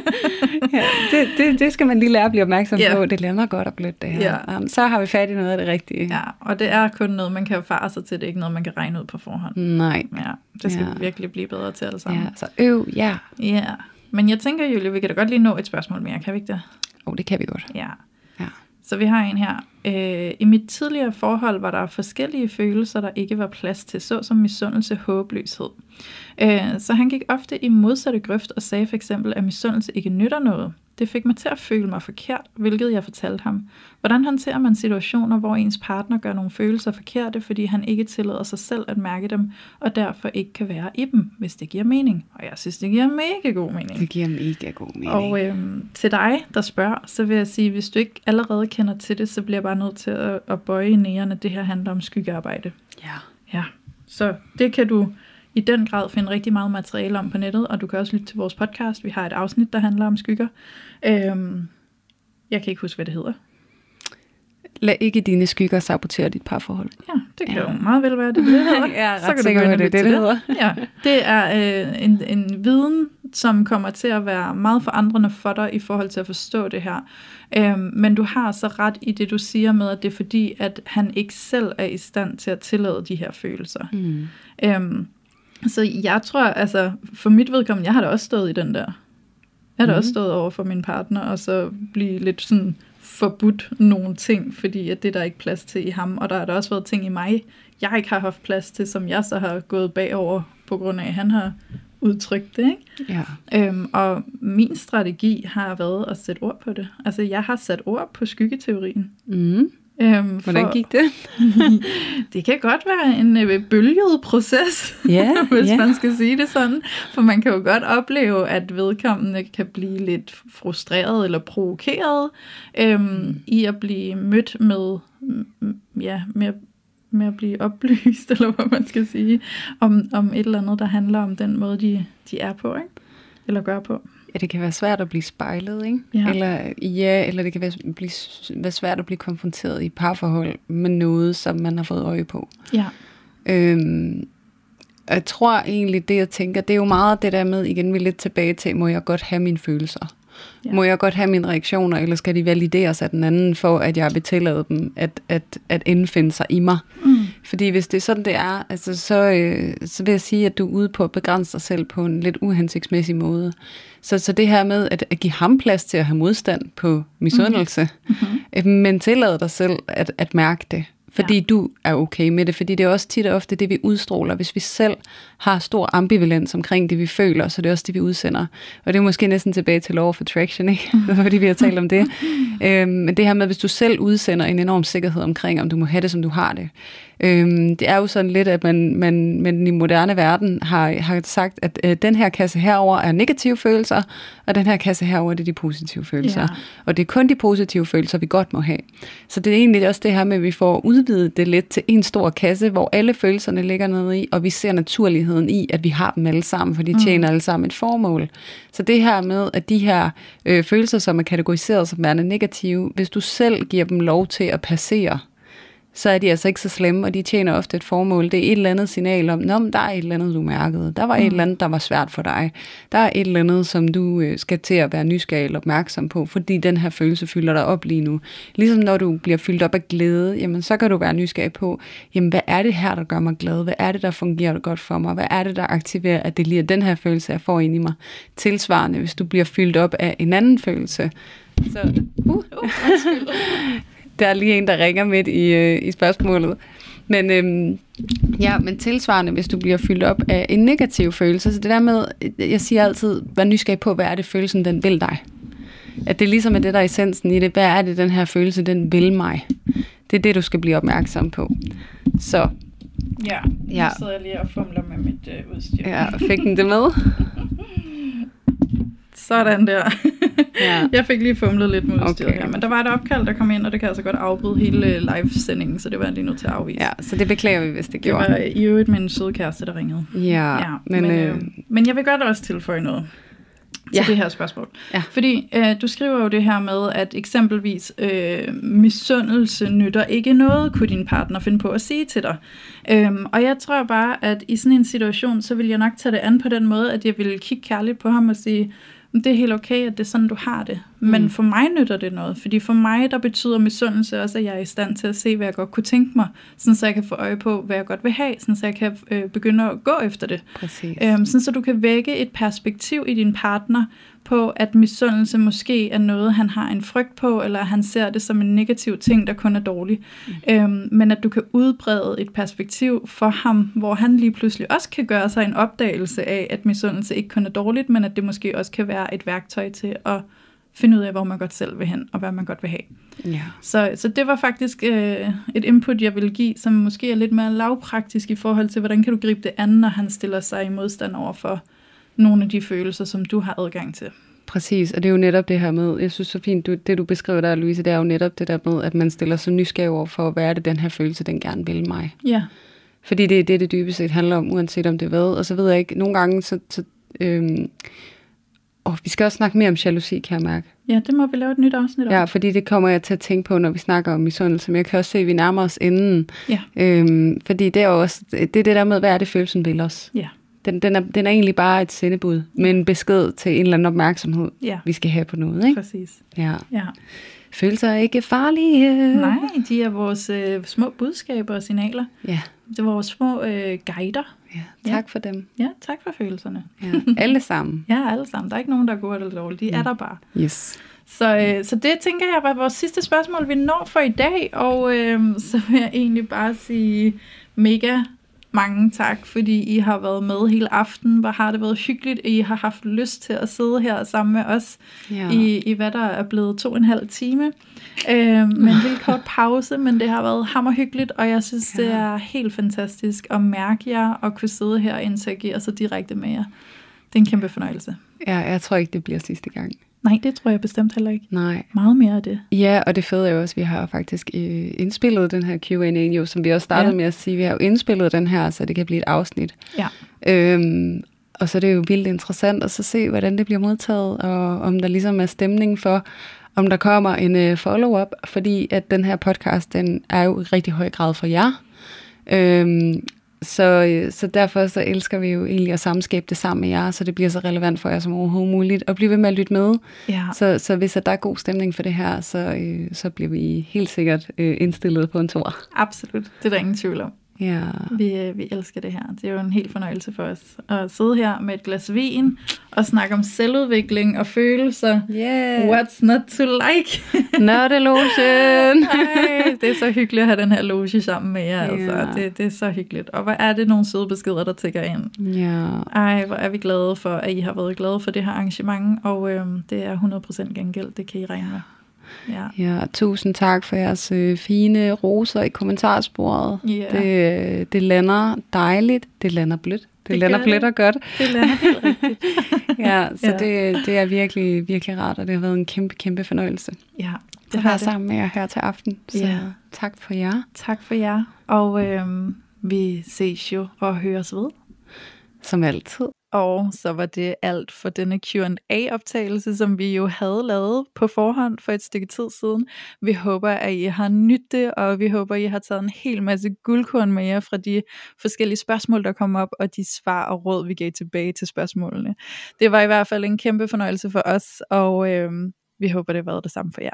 ja, det, det, det skal man lige lære at blive opmærksom yeah. på. Det lander godt og blødt, det her. Yeah. Jamen, så har vi fat i noget af det rigtige. Ja, og det er kun noget, man kan erfare sig til. Det er ikke noget, man kan regne ud på forhånd. Nej. Ja, det skal ja. vi virkelig blive bedre til alle sammen. Ja, så øv, ja. Ja, men jeg tænker, Julie, vi kan da godt lige nå et spørgsmål mere. Kan vi ikke det? Åh, oh, det kan vi godt. Ja. ja. Så vi har en her. Øh, I mit tidligere forhold var der forskellige følelser, der ikke var plads til, såsom misundelse, håbløshed. Øh, så han gik ofte i modsatte grøft og sagde for eksempel, at misundelse ikke nytter noget. Det fik mig til at føle mig forkert, hvilket jeg fortalte ham. Hvordan håndterer man situationer, hvor ens partner gør nogle følelser forkerte, fordi han ikke tillader sig selv at mærke dem, og derfor ikke kan være i dem, hvis det giver mening? Og jeg synes, det giver mega god mening. Det giver mega god mening. Og øhm, til dig, der spørger, så vil jeg sige, hvis du ikke allerede kender til det, så bliver jeg bare nødt til at, at bøje i næren, at det her handler om skyggearbejde. Ja. Ja. Så det kan du i den grad finde rigtig meget materiale om på nettet, og du kan også lytte til vores podcast. Vi har et afsnit, der handler om skygger. Øhm, jeg kan ikke huske, hvad det hedder. Lad ikke dine skygger sabotere dit parforhold. Ja, det kan ja. jo meget vel være, det det hedder. Ja, så kan du sikker, gå ind og det, lytte det, til det, det. Ja, det er øh, en, en viden, som kommer til at være meget forandrende for dig i forhold til at forstå det her. Øhm, men du har så ret i det, du siger med, at det er fordi, at han ikke selv er i stand til at tillade de her følelser. Mm. Øhm, så jeg tror, altså for mit vedkommende, jeg har da også stået i den der. Jeg har da mm. også stået over for min partner, og så blive lidt sådan forbudt nogle ting, fordi at det der er ikke plads til i ham, og der har der også været ting i mig, jeg ikke har haft plads til, som jeg så har gået bagover, på grund af, at han har udtrykt det, ikke? Ja. Øhm, og min strategi har været at sætte ord på det. Altså, jeg har sat ord på skyggeteorien. Mm. Øhm, Hvordan for, gik det? Det kan godt være en øh, bølget proces, yeah, hvis yeah. man skal sige det sådan. For man kan jo godt opleve, at vedkommende kan blive lidt frustreret eller provokeret øhm, mm. i at blive mødt med, ja, med, med at blive oplyst, eller hvad man skal sige, om, om et eller andet, der handler om den måde, de, de er på, ikke? Eller gør på. Ja, det kan være svært at blive spejlet, ikke? Ja. Eller, ja, eller det kan være, blive, være svært at blive konfronteret i parforhold med noget, som man har fået øje på. Ja. Øhm, jeg tror egentlig, det jeg tænker, det er jo meget det der med, igen vi er lidt tilbage til, må jeg godt have mine følelser? Ja. Må jeg godt have mine reaktioner, eller skal de valideres af den anden, for at jeg vil tillade dem at, at, at indfinde sig i mig? Mm. Fordi hvis det er sådan, det er, altså, så, øh, så vil jeg sige, at du er ude på at begrænse dig selv på en lidt uhensigtsmæssig måde. Så, så det her med at, at give ham plads til at have modstand på misundelse, mm-hmm. men tillade dig selv at, at mærke det. Fordi ja. du er okay med det, fordi det er også tit og ofte det, vi udstråler. Hvis vi selv har stor ambivalens omkring det, vi føler, så det er også det, vi udsender. Og det er måske næsten tilbage til Law of Attraction, ikke? Fordi vi har talt om det. øhm, men det her med, hvis du selv udsender en enorm sikkerhed omkring, om du må have det, som du har det. Øhm, det er jo sådan lidt, at man, man, man i moderne verden har, har sagt, at øh, den her kasse herover er negative følelser, og den her kasse herover det er de positive følelser. Ja. Og det er kun de positive følelser, vi godt må have. Så det er egentlig også det her med, at vi får udvidet det lidt til en stor kasse, hvor alle følelserne ligger nede i, og vi ser naturligheden i, at vi har dem alle sammen, for de tjener mm. alle sammen et formål. Så det her med, at de her øh, følelser, som er kategoriseret som værende negative, hvis du selv giver dem lov til at passere, så er de altså ikke så slemme, og de tjener ofte et formål. Det er et eller andet signal om, nå, der er et eller andet, du mærkede. Der var mm. et eller andet, der var svært for dig. Der er et eller andet, som du øh, skal til at være nysgerrig og opmærksom på, fordi den her følelse fylder dig op lige nu. Ligesom når du bliver fyldt op af glæde, jamen så kan du være nysgerrig på, jamen hvad er det her, der gør mig glad? Hvad er det, der fungerer godt for mig? Hvad er det, der aktiverer, at det lige er den her følelse, jeg får ind i mig? Tilsvarende, hvis du bliver fyldt op af en anden følelse. Så, uh, uh, der er lige en, der ringer midt i, øh, i spørgsmålet. Men, øhm, ja, men tilsvarende, hvis du bliver fyldt op af en negativ følelse, så det der med, jeg siger altid, vær nysgerrig på, hvad er det følelsen, den vil dig. At det ligesom er det, der er essensen i det. Hvad er det, den her følelse, den vil mig? Det er det, du skal blive opmærksom på. Så. Ja, nu ja. sidder jeg lige og fumler med mit øh, udstyr. Ja, fik den det med? Sådan der. Ja. Jeg fik lige fumlet lidt med udstyret Okay. her, men der var et opkald, der kom ind, og det kan altså godt afbryde hele live-sendingen, så det var jeg lige nødt til at afvise. Ja, så det beklager vi, hvis det Det gjorde. var i øvrigt min søde kæreste, der ringede. Ja, Ja, men, men, øh, øh, men jeg vil godt også tilføje noget til Ja. det her spørgsmål. Ja. Fordi øh, du skriver jo det her med, at eksempelvis øh, misundelse nytter ikke noget, kunne din partner finde på at sige til dig. Øhm, og jeg tror bare, at i sådan en situation, så vil jeg nok tage det an på den måde, at jeg vil kigge kærligt på ham og sige, det er helt okay, at det er sådan, du har det. Men Mm. for mig nytter det noget, fordi for mig, der betyder misundelse også, at jeg er i stand til at se, hvad jeg godt kunne tænke mig, sådan så jeg kan få øje på, hvad jeg godt vil have, sådan så jeg kan øh, begynde at gå efter det. præcis. Øhm, sådan så du kan vække et perspektiv i din partner på, at misundelse måske er noget, han har en frygt på, eller han ser det som en negativ ting, der kun er dårlig. Mm. Øhm, men at du kan udbrede et perspektiv for ham, hvor han lige pludselig også kan gøre sig en opdagelse af, at misundelse ikke kun er dårligt, men at det måske også kan være et værktøj til at finde ud af, hvor man godt selv vil hen, og hvad man godt vil have. Ja. Så, så det var faktisk øh, et input, jeg ville give, som måske er lidt mere lavpraktisk i forhold til, hvordan kan du gribe det an, når han stiller sig i modstand over for nogle af de følelser, som du har adgang til. Præcis, og det er jo netop det her med, jeg synes så fint, du, det du beskriver der, Louise, det er jo netop det der med, at man stiller sig nysgerrig over for, hvad er det, den her følelse, den gerne vil mig. Ja, Fordi det er det, det dybest set handler om, uanset om det er hvad. Og så ved jeg ikke, nogle gange, så... så øhm, åh, vi skal også snakke mere om jalousi, kan jeg mærke. ja, det må vi lave et nyt afsnit om. Ja, fordi det kommer jeg til at tænke på, når vi snakker om misundelse. Men jeg kan også se, at vi nærmer os enden. Ja. Øhm, fordi det er jo også, det er det der med, hvad er det, følelsen vil os. Ja. Den, den, er, den er egentlig bare et sendebud, med en besked til en eller anden opmærksomhed, Ja, vi skal have på noget, ikke? præcis. Ja. Ja. Følelser er ikke farlige. Nej, de er vores øh, små budskaber og signaler. Ja. Det er vores små øh, guider. Ja, tak ja. for dem. Ja, tak for følelserne. Ja. Alle sammen. Ja, alle sammen. Der er ikke nogen, der er gode eller dårlige. De er der bare. Yes. Så, øh, så det tænker jeg var vores sidste spørgsmål, vi når for i dag. Og øh, så vil jeg egentlig bare sige mega mange tak, fordi I har været med hele aften. Hvor har det været hyggeligt, at I har haft lyst til at sidde her sammen med os Ja. i, i hvad der er blevet to og en halv time. Øh, med en lille kort pause, men det har været hammerhyggeligt, og jeg synes, ja. det er helt fantastisk at mærke jer og kunne sidde her og interagere så direkte med jer. Det er en kæmpe fornøjelse. Ja, jeg tror ikke, det bliver sidste gang. Nej, det tror jeg bestemt heller ikke. Nej. Meget mere af det. Ja, og det fede er jo også, at vi har faktisk øh, indspillet den her Q and A, jo, som vi også startede ja. med at sige. Vi har jo indspillet den her, så det kan blive et afsnit. Ja. Øhm, og så er det jo vildt interessant at så se, hvordan det bliver modtaget, og om der ligesom er stemning for, om der kommer en øh, follow-up, fordi at den her podcast, den er jo i rigtig høj grad for jer. Øhm, Så, så derfor så elsker vi jo egentlig at samskabe det sammen med jer, så det bliver så relevant for jer som overhovedet muligt, og blive ved med at lytte med. Ja. Så, så hvis at der er god stemning for det her, så, øh, så bliver vi helt sikkert øh, indstillet på en tur. Absolut, det er der ingen tvivl om. Ja. Vi, øh, vi elsker det her. Det er jo en helt fornøjelse for os at sidde her med et glas vin og snakke om selvudvikling og følelser. Yeah. What's not to like? Nørdelogen! Ej, det er så hyggeligt at have den her loge sammen med jer. Ja. Altså. Det, det er så hyggeligt. Og hvor er det nogle søde beskeder, der tikker ind. Ja. Ej, hvor er vi glade for, at I har været glade for det her arrangement, og øhm, det er hundrede procent gengæld, det kan I regne med. Ja. Ja, tusind tak for jeres øh, fine roser i kommentarsporet. Yeah. Det, det lander dejligt, det lander blødt. Det, det lander blødt og godt. Det lander helt rigtigt. Ja, så Ja. Det, det er virkelig, virkelig rart, og det har været en kæmpe, kæmpe fornøjelse. Ja, Det at være sammen med jer her til aften. Så Ja. tak for jer. Tak for jer, og øhm, vi ses jo og høres ved. Som altid. Og så var det alt for denne Q and A-optagelse, som vi jo havde lavet på forhånd for et stykke tid siden. Vi håber, at I har nydt det, og vi håber, at I har taget en hel masse guldkorn med jer fra de forskellige spørgsmål, der kom op, og de svar og råd, vi gav tilbage til spørgsmålene. Det var i hvert fald en kæmpe fornøjelse for os, og øhm, vi håber, det har været det samme for jer.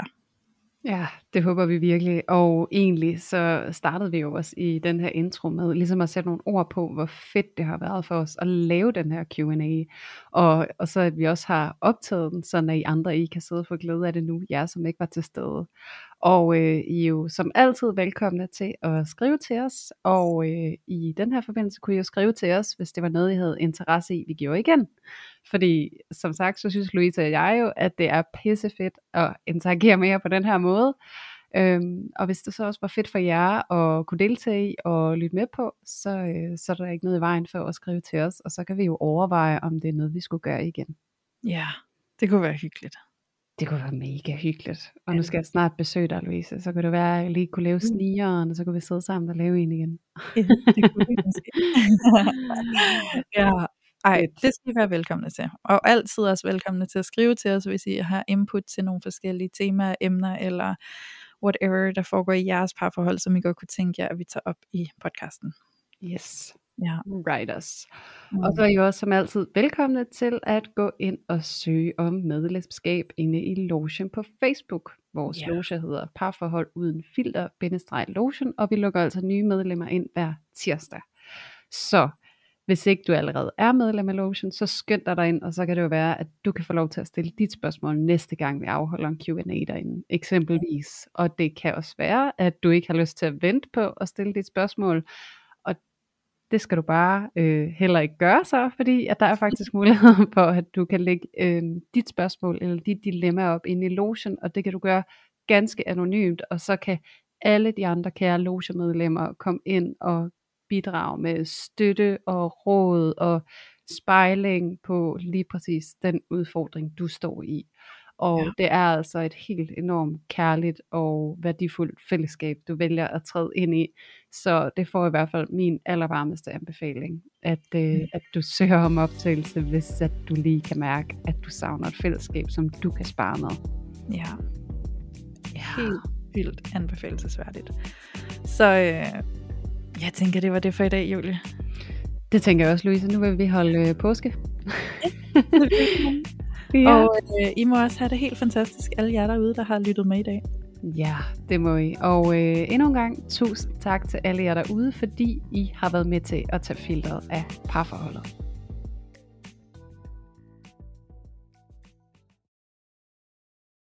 Ja, det håber vi virkelig. Og egentlig så startede vi jo også i den her intro med ligesom at sætte nogle ord på, hvor fedt det har været for os at lave den her Q and A. Og, og så at vi også har optaget den, så I andre I kan sidde og få glæde af det nu, jer som ikke var til stede. Og øh, I er jo som altid velkomne til at skrive til os. Og øh, i den her forbindelse kunne I jo skrive til os, hvis det var noget, I havde interesse i. Vi gjorde igen. Fordi som sagt, så synes Louise og jeg jo, at det er pissefedt at interagere med jer på den her måde. Øhm, og hvis det så også var fedt for jer at kunne deltage i og lytte med på, så, øh, så er der ikke noget i vejen for at skrive til os. Og så kan vi jo overveje, om det er noget, vi skulle gøre igen. Ja, det kunne være hyggeligt. Det kunne være mega hyggeligt. Og nu skal jeg snart besøge dig, Louise. Så kan det være, at jeg lige kunne lave snigeren, og så kunne vi sidde sammen og lave en igen. Ja, det kunne vi måske. Ja, ej, det skal I være velkomne til. Og altid også velkomne til at skrive til os, hvis I har input til nogle forskellige temaer, emner, eller whatever, der foregår i jeres parforhold, som I godt kunne tænke jer, at vi tager op i podcasten. Yes. Ja. Writers. Mm. Og så er I også som altid velkomne til at gå ind og søge om medlemskab inde i Lotion på Facebook. Vores Ja. loge hedder Parforhold uden filter bindestreg Lotion, og vi lukker altså nye medlemmer ind hver tirsdag. Så hvis ikke du allerede er medlem af Lotion, så skynd dig derind, og så kan det jo være, at du kan få lov til at stille dit spørgsmål næste gang, vi afholder en Q and A derinde, eksempelvis. Og det kan også være, at du ikke har lyst til at vente på at stille dit spørgsmål, og det skal du bare øh, heller ikke gøre så, fordi at der er faktisk mulighed for, at du kan lægge øh, dit spørgsmål eller dit dilemma op inde i Lotion, og det kan du gøre ganske anonymt, og så kan alle de andre kære Lotion-medlemmer komme ind og bidrage med støtte og råd og spejling på lige præcis den udfordring, du står i. Og ja. Det er altså et helt enormt kærligt og værdifuldt fællesskab, du vælger at træde ind i. Så det får i hvert fald min allervarmeste anbefaling, at, øh, at du søger om optagelse, hvis at du lige kan mærke, at du savner et fællesskab, som du kan spare med. Ja, ja. Helt vildt anbefalelsesværdigt. Så øh, jeg tænker, det var det for i dag, Julie. Det tænker jeg også, Louise. Nu vil vi holde øh, påske. Ja. Og øh, I må også have det helt fantastisk, alle jer derude, der har lyttet med i dag. Ja, det må I. Og øh, endnu en gang, tusind tak til alle jer derude, fordi I har været med til at tage filteret af parforholdet.